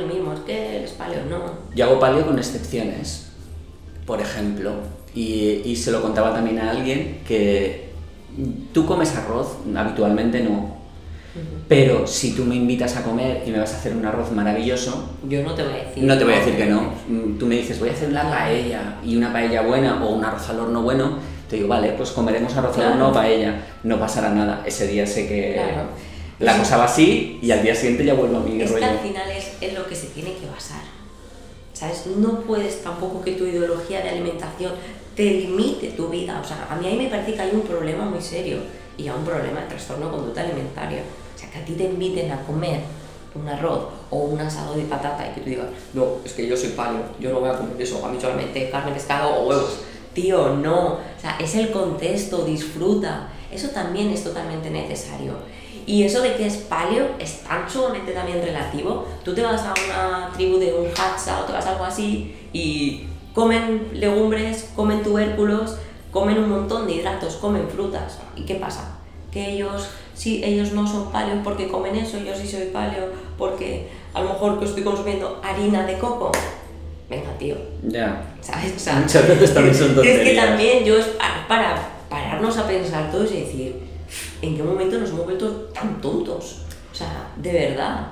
qué eres paleo? No. Yo hago paleo con excepciones, por ejemplo, y se lo contaba también a alguien que tú comes arroz, habitualmente no, pero si tú me invitas a comer y me vas a hacer un arroz maravilloso, yo no te voy a decir. No te voy a decir que no. Tú me dices, voy a hacer una paella, y una paella buena o un arroz al horno bueno, te digo, vale, pues comeremos arroz al horno o paella, no pasará nada. Ese día sé que la cosa va así y al día siguiente ya vuelvo a mi rollo. Es que al final es lo que se tiene que basar, ¿sabes? No puedes tampoco que tu ideología de alimentación te limite tu vida. O sea, a mí ahí me parece que hay un problema muy serio y ya un problema de trastorno de conducta alimentaria. O sea, que a ti te inviten a comer un arroz o un asado de patata y que tú digas, no, es que yo soy paleo, yo no voy a comer eso, a mí solamente carne, pescado o huevos. Tío, no. O sea, es el contexto, disfruta. Eso también es totalmente necesario. Y eso de que es paleo es tan sumamente también relativo. Tú te vas a una tribu de un Hadza o te vas a algo así y comen legumbres, comen tubérculos, comen un montón de hidratos, comen frutas. ¿Y qué pasa? Que ellos no son paleo porque comen eso, yo sí soy paleo porque a lo mejor que estoy consumiendo harina de coco. Venga, tío. Ya. ¿Sabes? O sea, muchas veces también son tonterías. Es que también yo es para pararnos a pensar todos y decir, ¿en qué momento nos hemos vuelto tan tontos? O sea, de verdad.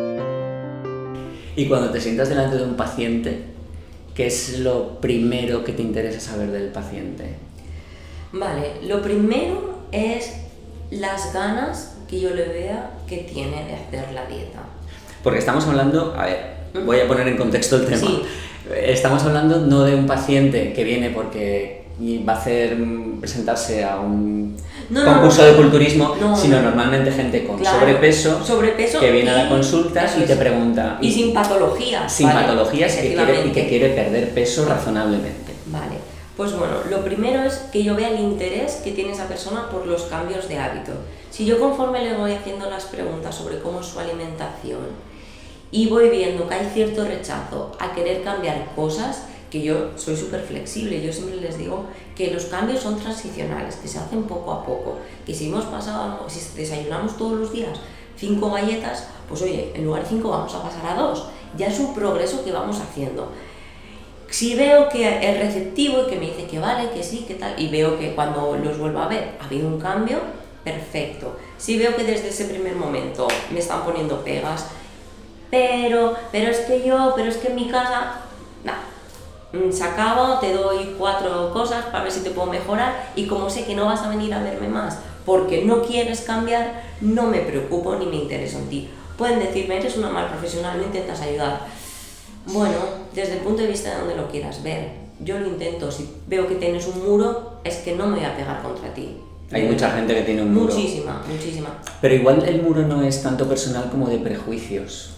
Y cuando te sientas delante de un paciente, ¿qué es lo primero que te interesa saber del paciente? Vale, lo primero es las ganas que yo le vea que tiene de hacer la dieta. Porque estamos hablando, a ver, voy a poner en contexto el tema. Sí. Estamos hablando no de un paciente que viene porque va a presentarse a un concurso de culturismo, sino normalmente gente con sobrepeso que viene a la consulta y te pregunta. Y sin patologías. Sin patologías y que quiere perder peso razonablemente. Vale. Pues bueno, lo primero es que yo vea el interés que tiene esa persona por los cambios de hábito. Si yo conforme le voy haciendo las preguntas sobre cómo es su alimentación y voy viendo que hay cierto rechazo a querer cambiar cosas, que yo soy súper flexible, yo siempre les digo que los cambios son transicionales, que se hacen poco a poco, que si hemos pasado, si desayunamos todos los días 5 galletas, pues oye, en lugar de 5 vamos a pasar a 2, ya es un progreso que vamos haciendo. Si veo que es receptivo y que me dice que vale, que sí, que tal, y veo que cuando los vuelvo a ver ha habido un cambio, perfecto. Si veo que desde ese primer momento me están poniendo pegas, pero es que en mi casa, nada, se acaba, te doy 4 cosas para ver si te puedo mejorar y como sé que no vas a venir a verme más porque no quieres cambiar, no me preocupo ni me intereso en ti. Pueden decirme, eres una mal profesional, no intentas ayudar. Bueno, desde el punto de vista de donde lo quieras ver, yo lo intento. Si veo que tienes un muro, es que no me voy a pegar contra ti. Hay mucha gente que tiene un muro. Muchísima. Pero igual el muro no es tanto personal como de prejuicios.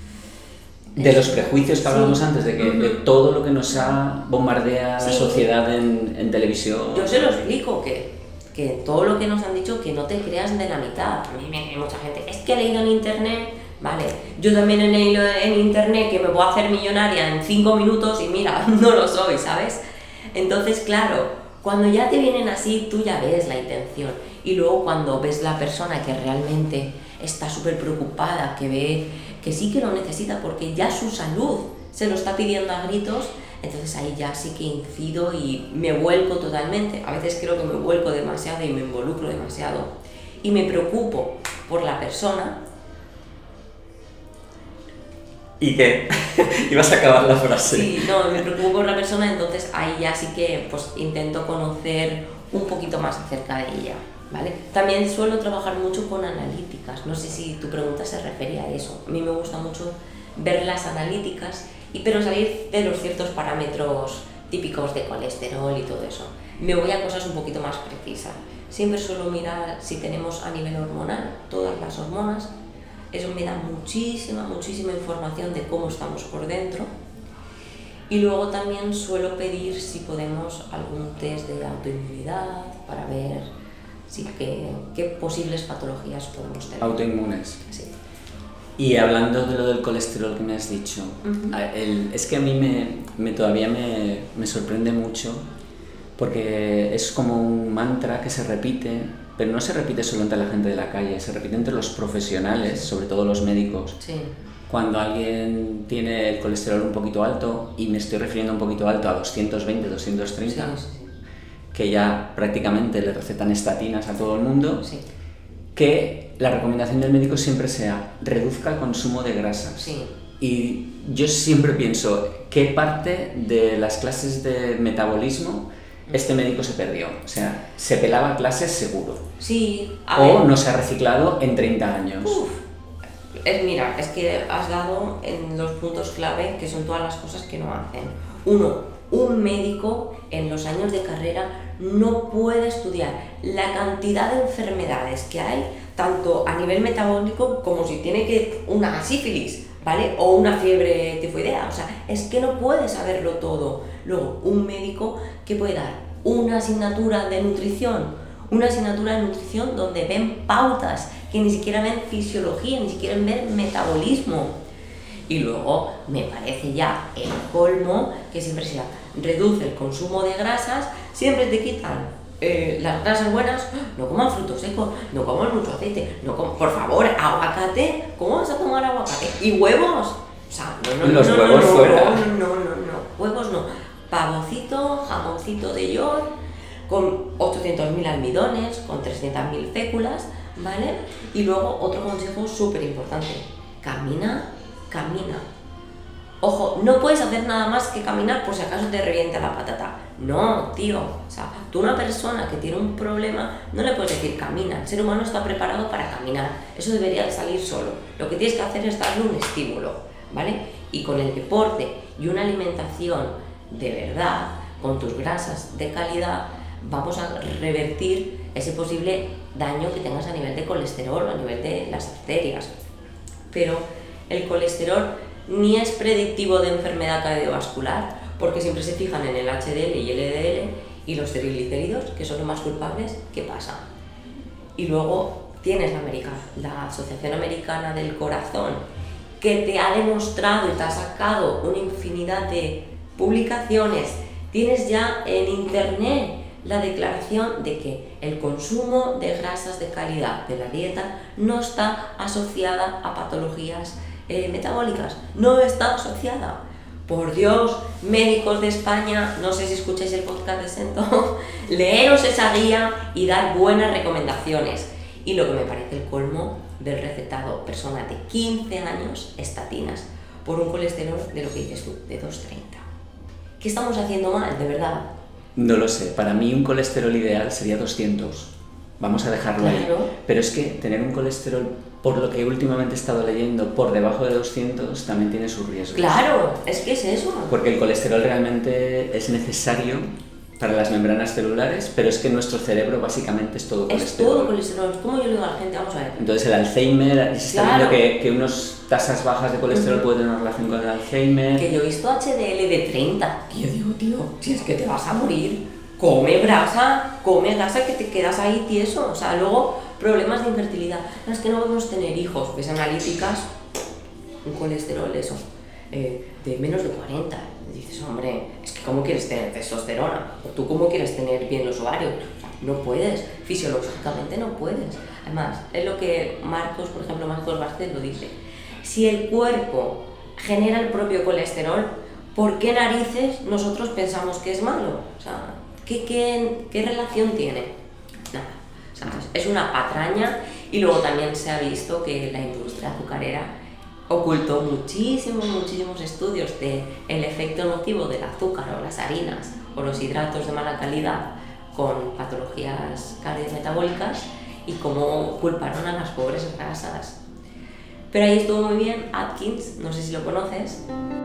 De los prejuicios que hablábamos antes, de todo lo que nos ha bombardeado la sociedad en televisión. Yo se lo explico, que todo lo que nos han dicho, que no te creas de la mitad. A mí me dice mucha gente, es que he leído en internet, vale, yo también he leído en internet que me puedo hacer millonaria en 5 minutos y mira, no lo soy, ¿sabes? Entonces, claro, cuando ya te vienen así, tú ya ves la intención. Y luego cuando ves la persona que realmente está súper preocupada, que ve que sí que lo necesita porque ya su salud se lo está pidiendo a gritos, entonces ahí ya sí que incido y me vuelco totalmente. A veces creo que me vuelco demasiado y me involucro demasiado y me preocupo por la persona. ¿Y qué? Ibas a acabar la frase. Sí, no, me preocupo por la persona, entonces ahí ya sí que pues intento conocer un poquito más acerca de ella, ¿vale? También suelo trabajar mucho con analíticas, no sé si tu pregunta se refería a eso. A mí me gusta mucho ver las analíticas, pero salir de los ciertos parámetros típicos de colesterol y todo eso. Me voy a cosas un poquito más precisas. Siempre suelo mirar si tenemos a nivel hormonal todas las hormonas. Eso me da muchísima información de cómo estamos por dentro. Y luego también suelo pedir si podemos algún test de autoinmunidad para ver qué posibles patologías podemos tener. Autoinmunes. Sí. Y hablando de lo del colesterol que me has dicho, es que a mí todavía me sorprende mucho porque es como un mantra que se repite, pero no se repite solo entre la gente de la calle, se repite entre los profesionales, sobre todo los médicos. Sí. cuando alguien tiene el colesterol un poquito alto, y me estoy refiriendo un poquito alto a 220, 230, que ya prácticamente le recetan estatinas a todo el mundo, que la recomendación del médico siempre sea reduzca el consumo de grasas. Y yo siempre pienso, ¿qué parte de las clases de metabolismo este médico se perdió? O sea, se pelaba clases seguro. O no se ha reciclado en 30 años. Mira, es que has dado en los puntos clave, que son todas las cosas que no hacen. Uno, un médico en los años de carrera no puede estudiar la cantidad de enfermedades que hay, tanto a nivel metabólico como si tiene una sífilis, ¿vale? O una fiebre tifoidea. O sea, es que no puede saberlo todo. Luego, un médico que puede dar una asignatura de nutrición, donde ven pautas, que ni siquiera ven fisiología, ni siquiera ven metabolismo. Y luego me parece ya el colmo que siempre sea reduce el consumo de grasas, siempre te quitan las grasas buenas, no coman frutos secos, no coman mucho aceite, por favor, aguacate, ¿cómo vas a tomar aguacate? ¿Y huevos? O sea, los huevos fuera. Huevos no, pavocito, jamoncito de York, con 800.000 almidones, con 300.000 féculas, ¿vale? Y luego otro consejo súper importante, camina. Ojo, no puedes hacer nada más que caminar por si acaso te revienta la patata. No, tío, o sea, tú a una persona que tiene un problema no le puedes decir camina, el ser humano está preparado para caminar, eso debería de salir solo. Lo que tienes que hacer es darle un estímulo, ¿vale? Y con el deporte y una alimentación de verdad, con tus grasas de calidad, vamos a revertir ese posible daño que tengas a nivel de colesterol o a nivel de las arterias. Pero el colesterol ni es predictivo de enfermedad cardiovascular, porque siempre se fijan en el HDL y el LDL y los triglicéridos, que son los más culpables. ¿Qué pasa? Y luego tienes la Asociación Americana del Corazón, que te ha demostrado y te ha sacado una infinidad de publicaciones. Tienes ya en internet la declaración de que el consumo de grasas de calidad de la dieta no está asociada a patologías metabólicas, no está asociada. Por Dios, médicos de España, no sé si escucháis el podcast de Sento, leeros esa guía y dar buenas recomendaciones. Y lo que me parece el colmo del recetado, personas de 15 años, estatinas, por un colesterol de lo que dices tú, de 230. ¿Qué estamos haciendo mal, de verdad? No lo sé, para mí un colesterol ideal sería 200. Vamos a dejarlo ahí. Pero es que tener un colesterol, por lo que últimamente he estado leyendo, por debajo de 200 también tiene sus riesgos. Claro, es que es eso. Porque el colesterol realmente es necesario para las membranas celulares, pero es que nuestro cerebro básicamente es todo colesterol. Es todo colesterol, es como yo le digo a la gente, vamos a ver. Entonces el Alzheimer, se está viendo que unas tasas bajas de colesterol pueden tener una relación con el Alzheimer. Que yo he visto HDL de 30, y yo digo, tío, si es que te vas a morir, come grasa que te quedas ahí tieso. O sea, luego problemas de infertilidad. No, es que no podemos tener hijos, ves analíticas, un colesterol eso, de menos de 40. Y dices, hombre, es que ¿cómo quieres tener testosterona? ¿O tú cómo quieres tener bien los ovarios? O sea, no puedes, fisiológicamente no puedes. Además, es lo que Marcos Vázquez lo dice. Si el cuerpo genera el propio colesterol, ¿por qué narices nosotros pensamos que es malo? O sea, ¿qué relación tiene? Nada. O sea, es una patraña. Y luego también se ha visto que la industria azucarera ocultó muchísimos estudios del efecto nocivo del azúcar o las harinas o los hidratos de mala calidad con patologías cardiometabólicas y cómo culparon a las pobres grasas. Pero ahí estuvo muy bien Atkins, no sé si lo conoces.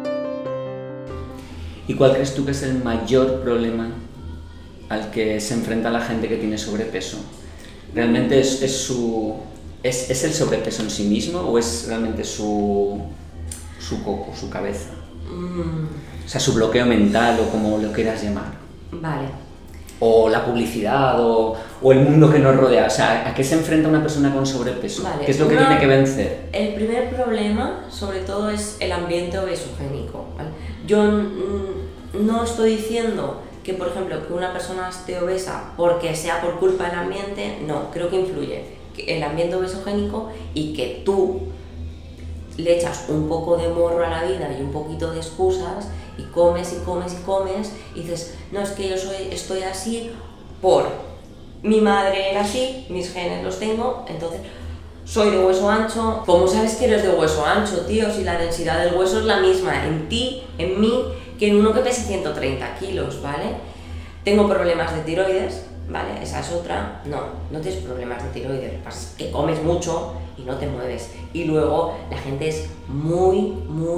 ¿Y cuál crees tú que es el mayor problema al que se enfrenta la gente que tiene sobrepeso? ¿Realmente es el sobrepeso en sí mismo o es realmente su coco, su cabeza? O sea, su bloqueo mental o como lo quieras llamar. Vale. O la publicidad o el mundo que nos rodea. O sea, ¿a qué se enfrenta una persona con sobrepeso? Vale. ¿Qué es lo que tiene que vencer? El primer problema, sobre todo, es el ambiente obesogénico, ¿vale? Yo no estoy diciendo que, por ejemplo, que una persona esté obesa porque sea por culpa del ambiente, no, creo que influye el ambiente obesogénico y que tú le echas un poco de morro a la vida y un poquito de excusas y comes y comes y comes y dices, no, es que estoy así por mi madre era así, mis genes los tengo, entonces soy de hueso ancho. ¿Cómo sabes que eres de hueso ancho, tío? Si la densidad del hueso es la misma en ti, en mí, que en uno que pese 130 kilos, ¿vale? Tengo problemas de tiroides, ¿vale? Esa es otra. No tienes problemas de tiroides, lo que pasa es que comes mucho y no te mueves. Y luego la gente es muy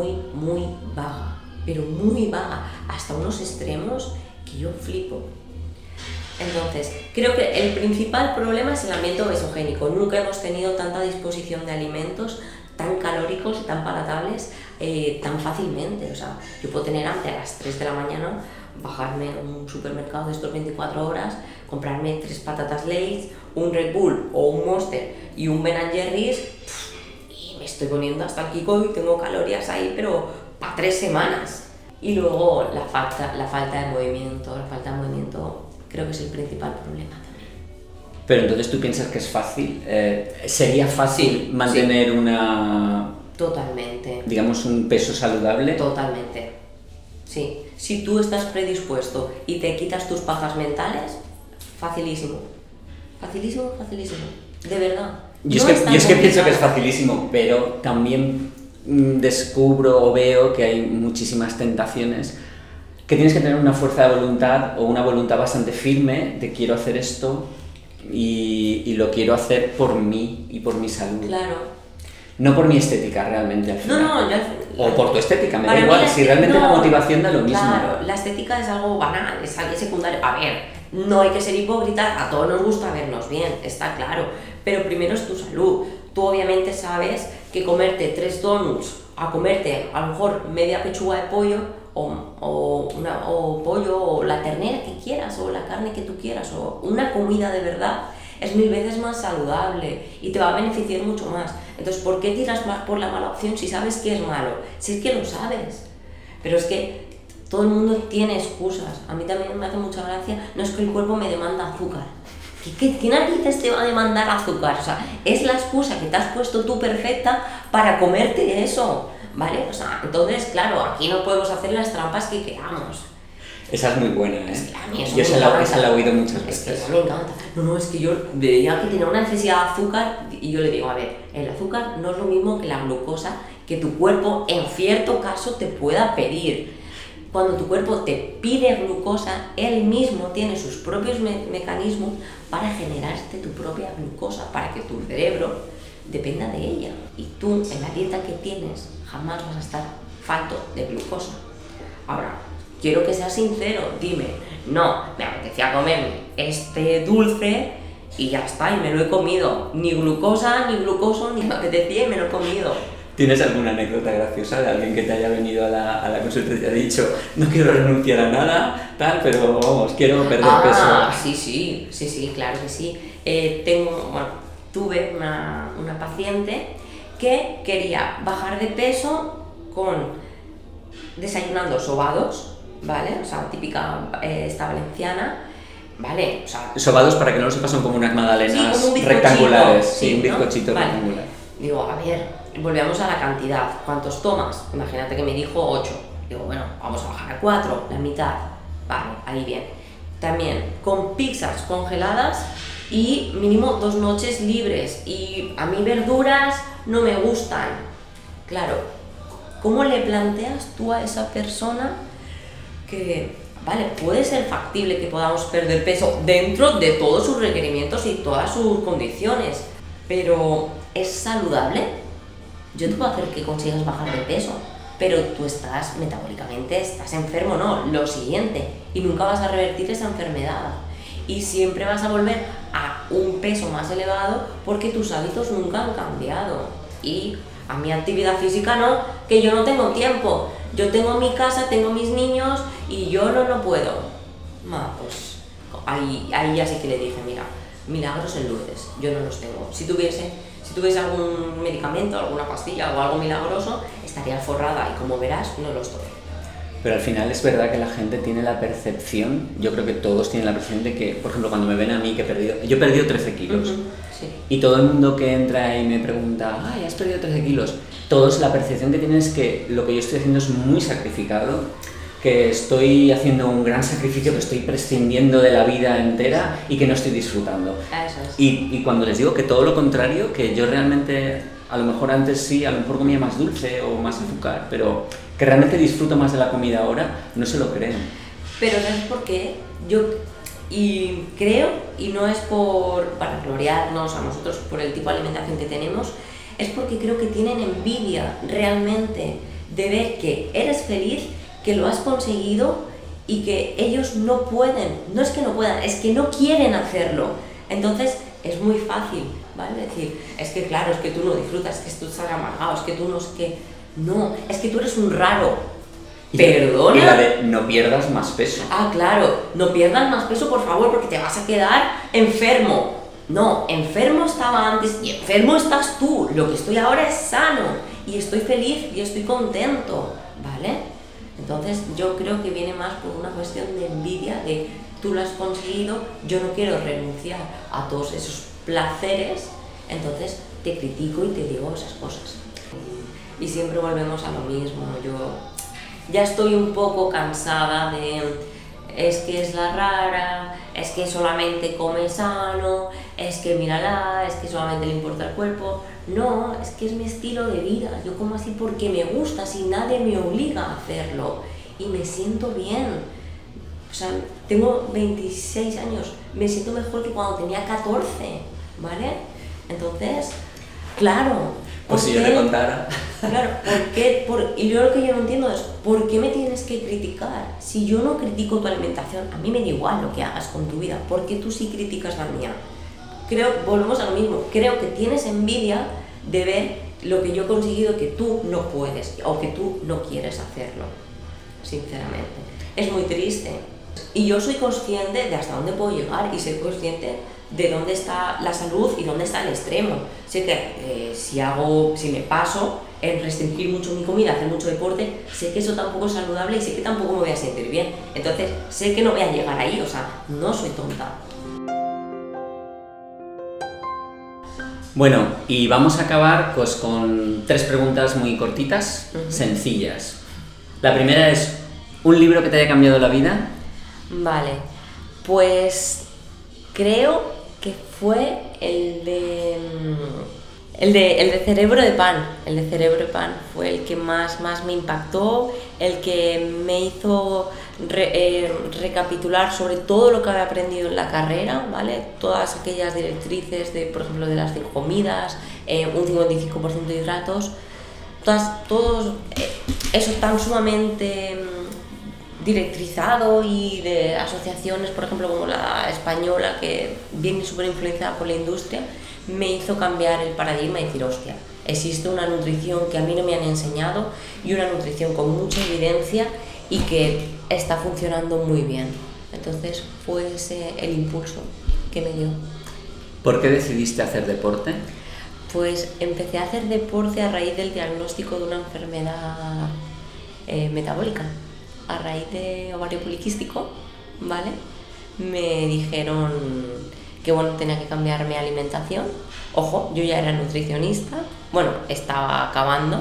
vaga, pero muy vaga, hasta unos extremos que yo flipo. Entonces, creo que el principal problema es el ambiente obesogénico. Nunca hemos tenido tanta disposición de alimentos tan calóricos y tan palatables tan fácilmente. O sea, yo puedo tener hambre a las 3 de la mañana, bajarme a un supermercado de estos 24 horas, comprarme 3 patatas Lay's, un Red Bull o un Monster y un Ben & Jerry's y me estoy poniendo hasta el kiko y tengo calorías ahí, pero para 3 semanas. Y luego la falta de movimiento, creo que es el principal problema también. Pero entonces tú piensas que es fácil, sería fácil mantener una... Totalmente. Digamos un peso saludable. Totalmente. Sí. Si tú estás predispuesto y te quitas tus pajas mentales, facilísimo. Facilísimo. De verdad. Yo es que pienso que es facilísimo, pero también descubro o veo que hay muchísimas tentaciones, que tienes que tener una fuerza de voluntad o una voluntad bastante firme de quiero hacer esto y lo quiero hacer por mí y por mi salud. Claro. No por mi estética realmente al final. No, o por tu estética, me da igual, si realmente la motivación da lo mismo. Claro, la estética es algo banal, es algo secundario. A ver, no hay que ser hipócrita, a todos nos gusta vernos bien, está claro, pero primero es tu salud. Tú obviamente sabes que comerte 3 donuts a comerte a lo mejor media pechuga de pollo o pollo o la ternera que quieras o la carne que tú quieras o una comida de verdad es 1000 veces más saludable y te va a beneficiar mucho más. Entonces, ¿por qué tiras más por la mala opción si sabes que es malo? Si es que lo sabes. Pero es que todo el mundo tiene excusas. A mí también me hace mucha gracia, no es que el cuerpo me demanda azúcar. ¿Qué narices te va a demandar azúcar? O sea, es la excusa que te has puesto tú perfecta para comerte eso, ¿vale? O sea, entonces, claro, aquí no podemos hacer las trampas que queramos. Esa es muy buena, ¿eh? Es que a mí eso yo esa la he oído muchas veces. Es que me encanta. No, es que yo veía que tenía una necesidad de azúcar y yo le digo, a ver, el azúcar no es lo mismo que la glucosa que tu cuerpo en cierto caso te pueda pedir. Cuando tu cuerpo te pide glucosa, él mismo tiene sus propios mecanismos para generarte tu propia glucosa, para que tu cerebro dependa de ella. Y tú, en la dieta que tienes, jamás vas a estar falto de glucosa. Ahora, quiero que seas sincero, dime, no, me apetecía comerme este dulce y ya está, y me lo he comido. Ni glucosa, ni glucoso, ni me apetecía y me lo he comido. ¿Tienes alguna anécdota graciosa de alguien que te haya venido a la consulta y te ha dicho no quiero renunciar a nada, tal, pero vamos, quiero perder peso? Sí, claro que sí. Tuve una paciente que quería bajar de peso desayunando sobados, ¿vale? O sea, típica esta valenciana, ¿vale? O sea, sobados, para que no lo sepas, son como unas magdalenas como un rectangulares, sí, un bizcochito ¿no? rectangular. Vale. Digo, a ver, volvemos a la cantidad. ¿Cuántos tomas? Imagínate que me dijo 8. Digo, bueno, vamos a bajar a 4, la mitad. Vale, ahí bien. También con pizzas congeladas y mínimo 2 noches libres. Y a mí verduras no me gustan. Claro, ¿cómo le planteas tú a esa persona que, vale, puede ser factible que podamos perder peso dentro de todos sus requerimientos y todas sus condiciones, pero ¿es saludable? Yo te puedo hacer que consigas bajar de peso, pero tú metabólicamente estás enfermo, ¿no? Lo siguiente, y nunca vas a revertir esa enfermedad. Y siempre vas a volver a un peso más elevado porque tus hábitos nunca han cambiado. Y a mi actividad física no, que yo no tengo tiempo. Yo tengo mi casa, tengo mis niños y yo no puedo. Pues ahí ya sí que le dije, mira, milagros en Lourdes, yo no los tengo. Si tuviese algún medicamento, alguna pastilla o algo milagroso, estaría forrada y como verás, no lo estoy. Pero al final es verdad que la gente tiene la percepción, yo creo que todos tienen la percepción de que, por ejemplo, cuando me ven a mí que yo he perdido 13 kilos, Sí. y todo el mundo que entra y me pregunta, ay, has perdido 13 kilos, todos la percepción que tienen es que lo que yo estoy haciendo es muy sacrificado, que estoy haciendo un gran sacrificio, que estoy prescindiendo de la vida entera y que no estoy disfrutando. Eso es. Y cuando les digo que todo lo contrario, que yo realmente, a lo mejor antes sí, a lo mejor comía más dulce o más azúcar, pero que realmente disfruto más de la comida ahora, no se lo creen. Pero ¿sabes por qué? Yo creo, y no es para gloriarnos a nosotros por el tipo de alimentación que tenemos, es porque creo que tienen envidia realmente de ver que eres feliz, que lo has conseguido y que ellos no pueden. No es que no puedan, es que no quieren hacerlo. Entonces es muy fácil, ¿vale? Decir, es que claro, es que tú no disfrutas, es que tú estás amargado, es que tú no, es que... No, es que tú eres un raro. ¿Perdona? Y la de no pierdas más peso. Ah, claro, no pierdas más peso, por favor, porque te vas a quedar enfermo. No, enfermo estaba antes y enfermo estás tú. Lo que estoy ahora es sano y estoy feliz y estoy contento, ¿vale? Entonces yo creo que viene más por una cuestión de envidia, de tú lo has conseguido, yo no quiero renunciar a todos esos placeres, entonces te critico y te digo esas cosas. Y siempre volvemos a lo mismo. Yo ya estoy un poco cansada de es que es la rara, es que solamente come sano, es que mírala, es que solamente le importa el cuerpo. No, es que es mi estilo de vida, yo como así porque me gusta, si nadie me obliga a hacerlo y me siento bien. O sea, tengo 26 años, me siento mejor que cuando tenía 14, ¿vale? Entonces, claro. Pues si yo te contara. Claro, ¿por qué? Y yo lo que yo no entiendo es, ¿por qué me tienes que criticar? Si yo no critico tu alimentación, a mí me da igual lo que hagas con tu vida, ¿por qué tú sí criticas la mía? Volvemos a lo mismo, creo que tienes envidia de ver lo que yo he conseguido que tú no puedes o que tú no quieres hacerlo, sinceramente. Es muy triste. Y yo soy consciente de hasta dónde puedo llegar y soy consciente de dónde está la salud y dónde está el extremo. Sé que si me paso en restringir mucho mi comida, hacer mucho deporte, sé que eso tampoco es saludable y sé que tampoco me voy a sentir bien. Entonces, sé que no voy a llegar ahí, o sea, no soy tonta. Bueno, y vamos a acabar pues, con 3 preguntas muy cortitas, sencillas. La primera es, ¿un libro que te haya cambiado la vida? Vale, pues creo que fue el de Cerebro de Pan. El de Cerebro de Pan fue el que más me impactó, el que me hizo recapitular sobre todo lo que había aprendido en la carrera, ¿vale? Todas aquellas directrices de, por ejemplo, de las 5 comidas, un 55% de hidratos, todo eso tan sumamente directrizado y de asociaciones, por ejemplo, como la española, que viene súper influenciada por la industria, me hizo cambiar el paradigma y decir, hostia, existe una nutrición que a mí no me han enseñado y una nutrición con mucha evidencia y que está funcionando muy bien. Entonces fue ese el impulso que me dio. ¿Por qué decidiste hacer deporte? Pues empecé a hacer deporte a raíz del diagnóstico de una enfermedad metabólica. A raíz de ovario poliquístico, ¿vale? Me dijeron que bueno, tenía que cambiar mi alimentación. Ojo, yo ya era nutricionista, bueno, estaba acabando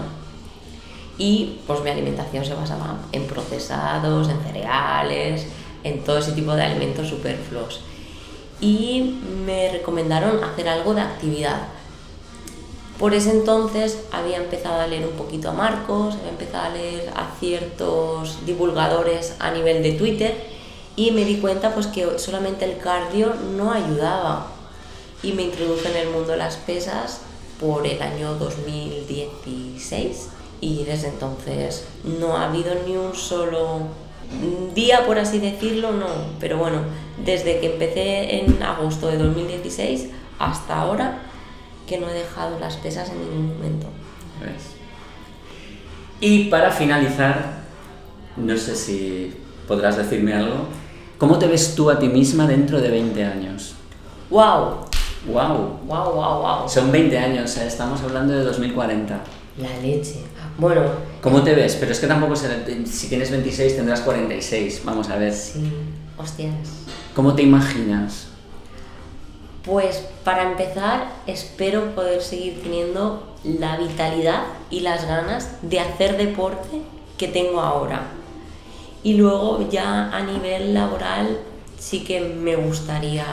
y pues mi alimentación se basaba en procesados, en cereales, en todo ese tipo de alimentos superfluos. Y me recomendaron hacer algo de actividad. Por ese entonces había empezado a leer un poquito a Marcos, había empezado a leer a ciertos divulgadores a nivel de Twitter y me di cuenta pues que solamente el cardio no ayudaba y me introduje en el mundo de las pesas por el año 2016 y desde entonces no ha habido ni un solo día, por así decirlo, no, pero bueno, desde que empecé en agosto de 2016 hasta ahora que no he dejado las pesas en ningún momento. ¿Ves? Y para finalizar, no sé si podrás decirme algo, ¿cómo te ves tú a ti misma dentro de 20 años? ¡Wow! ¡Wow! ¡Wow, wow, wow! Son 20 años, estamos hablando de 2040. La leche. Bueno... ¿Cómo te ves? Pero es que tampoco si tienes 26 tendrás 46, vamos a ver. Sí, hostias. ¿Cómo te imaginas? Pues para empezar, espero poder seguir teniendo la vitalidad y las ganas de hacer deporte que tengo ahora. Y luego ya a nivel laboral sí que me gustaría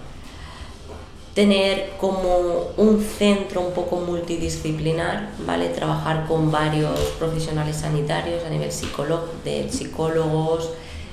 tener como un centro un poco multidisciplinar, ¿vale? Trabajar con varios profesionales sanitarios a nivel de psicólogos,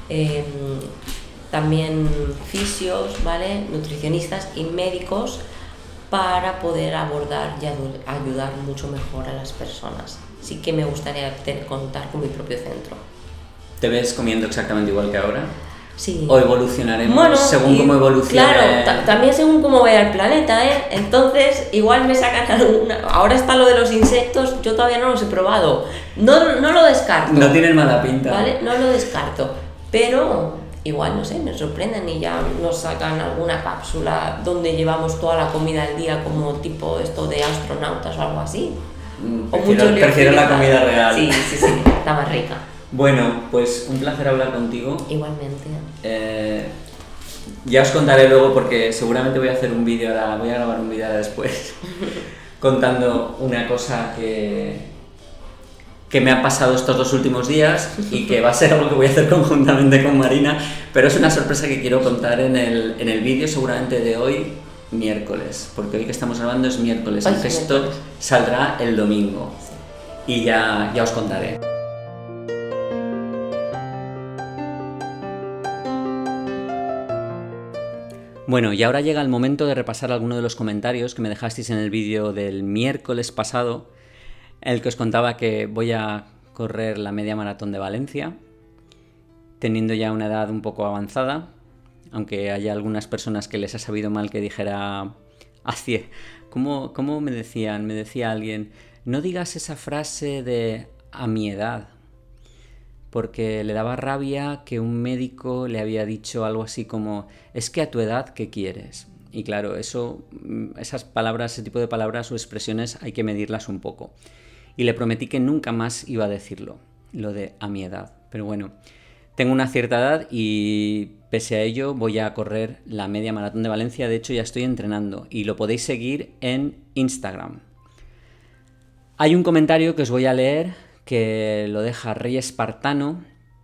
también fisios, ¿vale? Nutricionistas y médicos, para poder abordar y ayudar mucho mejor a las personas. Sí que me gustaría contar con mi propio centro. ¿Te ves comiendo exactamente igual que ahora? Sí. ¿O evolucionaremos según cómo evolucione? Claro, también según cómo vaya el planeta, ¿eh? Entonces, igual me sacan alguna... Ahora está lo de los insectos, yo todavía no los he probado. No lo descarto. No tienen mala pinta. ¿Vale? No lo descarto. Pero igual, no sé, me sorprenden y ya nos sacan alguna cápsula donde llevamos toda la comida del día, como tipo esto de astronautas o algo así. Prefiero la comida real. Sí, está más rica. Bueno, pues un placer hablar contigo. Igualmente. Ya os contaré luego, porque seguramente voy a hacer voy a grabar un vídeo después contando una cosa que me ha pasado estos 2 últimos días y que va a ser algo que voy a hacer conjuntamente con Marina, pero es una sorpresa que quiero contar en el vídeo seguramente de hoy, miércoles, porque hoy que estamos grabando es miércoles, aunque esto saldrá el domingo y ya os contaré. Bueno, y ahora llega el momento de repasar algunos de los comentarios que me dejasteis en el vídeo del miércoles pasado, en el que os contaba que voy a correr la media maratón de Valencia, teniendo ya una edad un poco avanzada, aunque haya algunas personas que les ha sabido mal que dijera ¿Cómo me decían? Me decía alguien, no digas esa frase de a mi edad, porque le daba rabia que un médico le había dicho algo así como, es que a tu edad, ¿qué quieres? Y claro, esas palabras, ese tipo de palabras o expresiones hay que medirlas un poco. Y le prometí que nunca más iba a decirlo, lo de a mi edad. Pero bueno, tengo una cierta edad y pese a ello voy a correr la media maratón de Valencia. De hecho, ya estoy entrenando y lo podéis seguir en Instagram. Hay un comentario que os voy a leer que lo deja Rey Espartano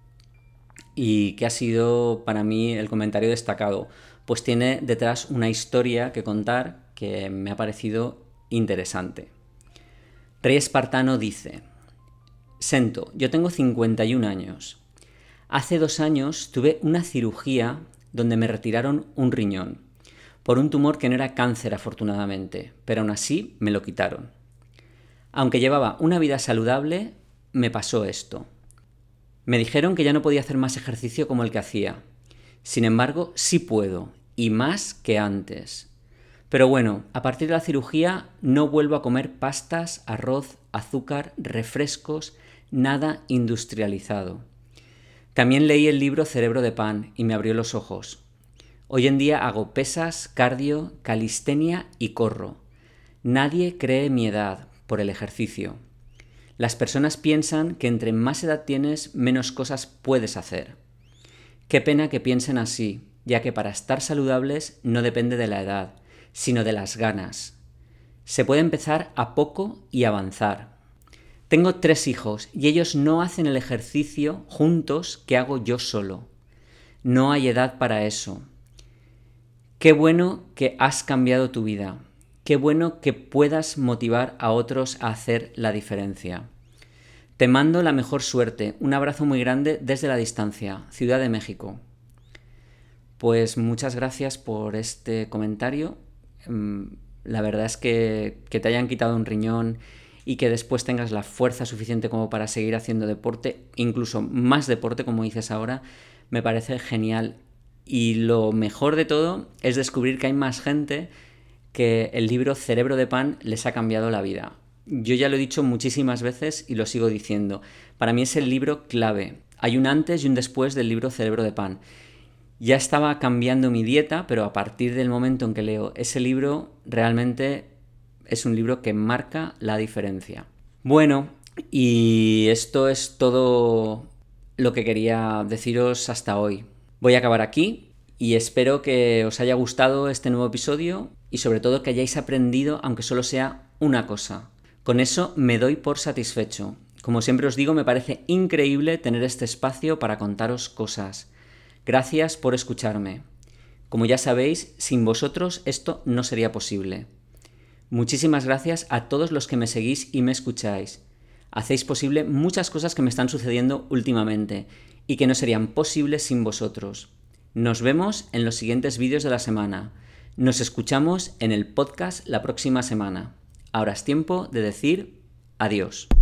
y que ha sido para mí el comentario destacado, pues tiene detrás una historia que contar que me ha parecido interesante. Rey Espartano dice: Sento, yo tengo 51 años. Hace 2 años tuve una cirugía donde me retiraron un riñón, por un tumor que no era cáncer afortunadamente, pero aún así me lo quitaron. Aunque llevaba una vida saludable, me pasó esto. Me dijeron que ya no podía hacer más ejercicio como el que hacía. Sin embargo, sí puedo, y más que antes. Pero bueno, a partir de la cirugía no vuelvo a comer pastas, arroz, azúcar, refrescos, nada industrializado. También leí el libro Cerebro de Pan y me abrió los ojos. Hoy en día hago pesas, cardio, calistenia y corro. Nadie cree mi edad por el ejercicio. Las personas piensan que entre más edad tienes, menos cosas puedes hacer. Qué pena que piensen así, ya que para estar saludables no depende de la edad, sino de las ganas. Se puede empezar a poco y avanzar. Tengo 3 hijos y ellos no hacen el ejercicio juntos que hago yo solo. No hay edad para eso. Qué bueno que has cambiado tu vida. Qué bueno que puedas motivar a otros a hacer la diferencia. Te mando la mejor suerte. Un abrazo muy grande desde la distancia, Ciudad de México. Pues muchas gracias por este comentario. La verdad es que te hayan quitado un riñón y que después tengas la fuerza suficiente como para seguir haciendo deporte, incluso más deporte como dices ahora, me parece genial. Y lo mejor de todo es descubrir que hay más gente que el libro Cerebro de Pan les ha cambiado la vida. Yo ya lo he dicho muchísimas veces y lo sigo diciendo. Para mí es el libro clave. Hay un antes y un después del libro Cerebro de Pan. Ya estaba cambiando mi dieta, pero a partir del momento en que leo ese libro, realmente es un libro que marca la diferencia. Bueno, y esto es todo lo que quería deciros hasta hoy. Voy a acabar aquí y espero que os haya gustado este nuevo episodio y sobre todo que hayáis aprendido, aunque solo sea una cosa. Con eso me doy por satisfecho. Como siempre os digo, me parece increíble tener este espacio para contaros cosas. Gracias por escucharme. Como ya sabéis, sin vosotros esto no sería posible. Muchísimas gracias a todos los que me seguís y me escucháis. Hacéis posible muchas cosas que me están sucediendo últimamente y que no serían posibles sin vosotros. Nos vemos en los siguientes vídeos de la semana. Nos escuchamos en el podcast la próxima semana. Ahora es tiempo de decir adiós.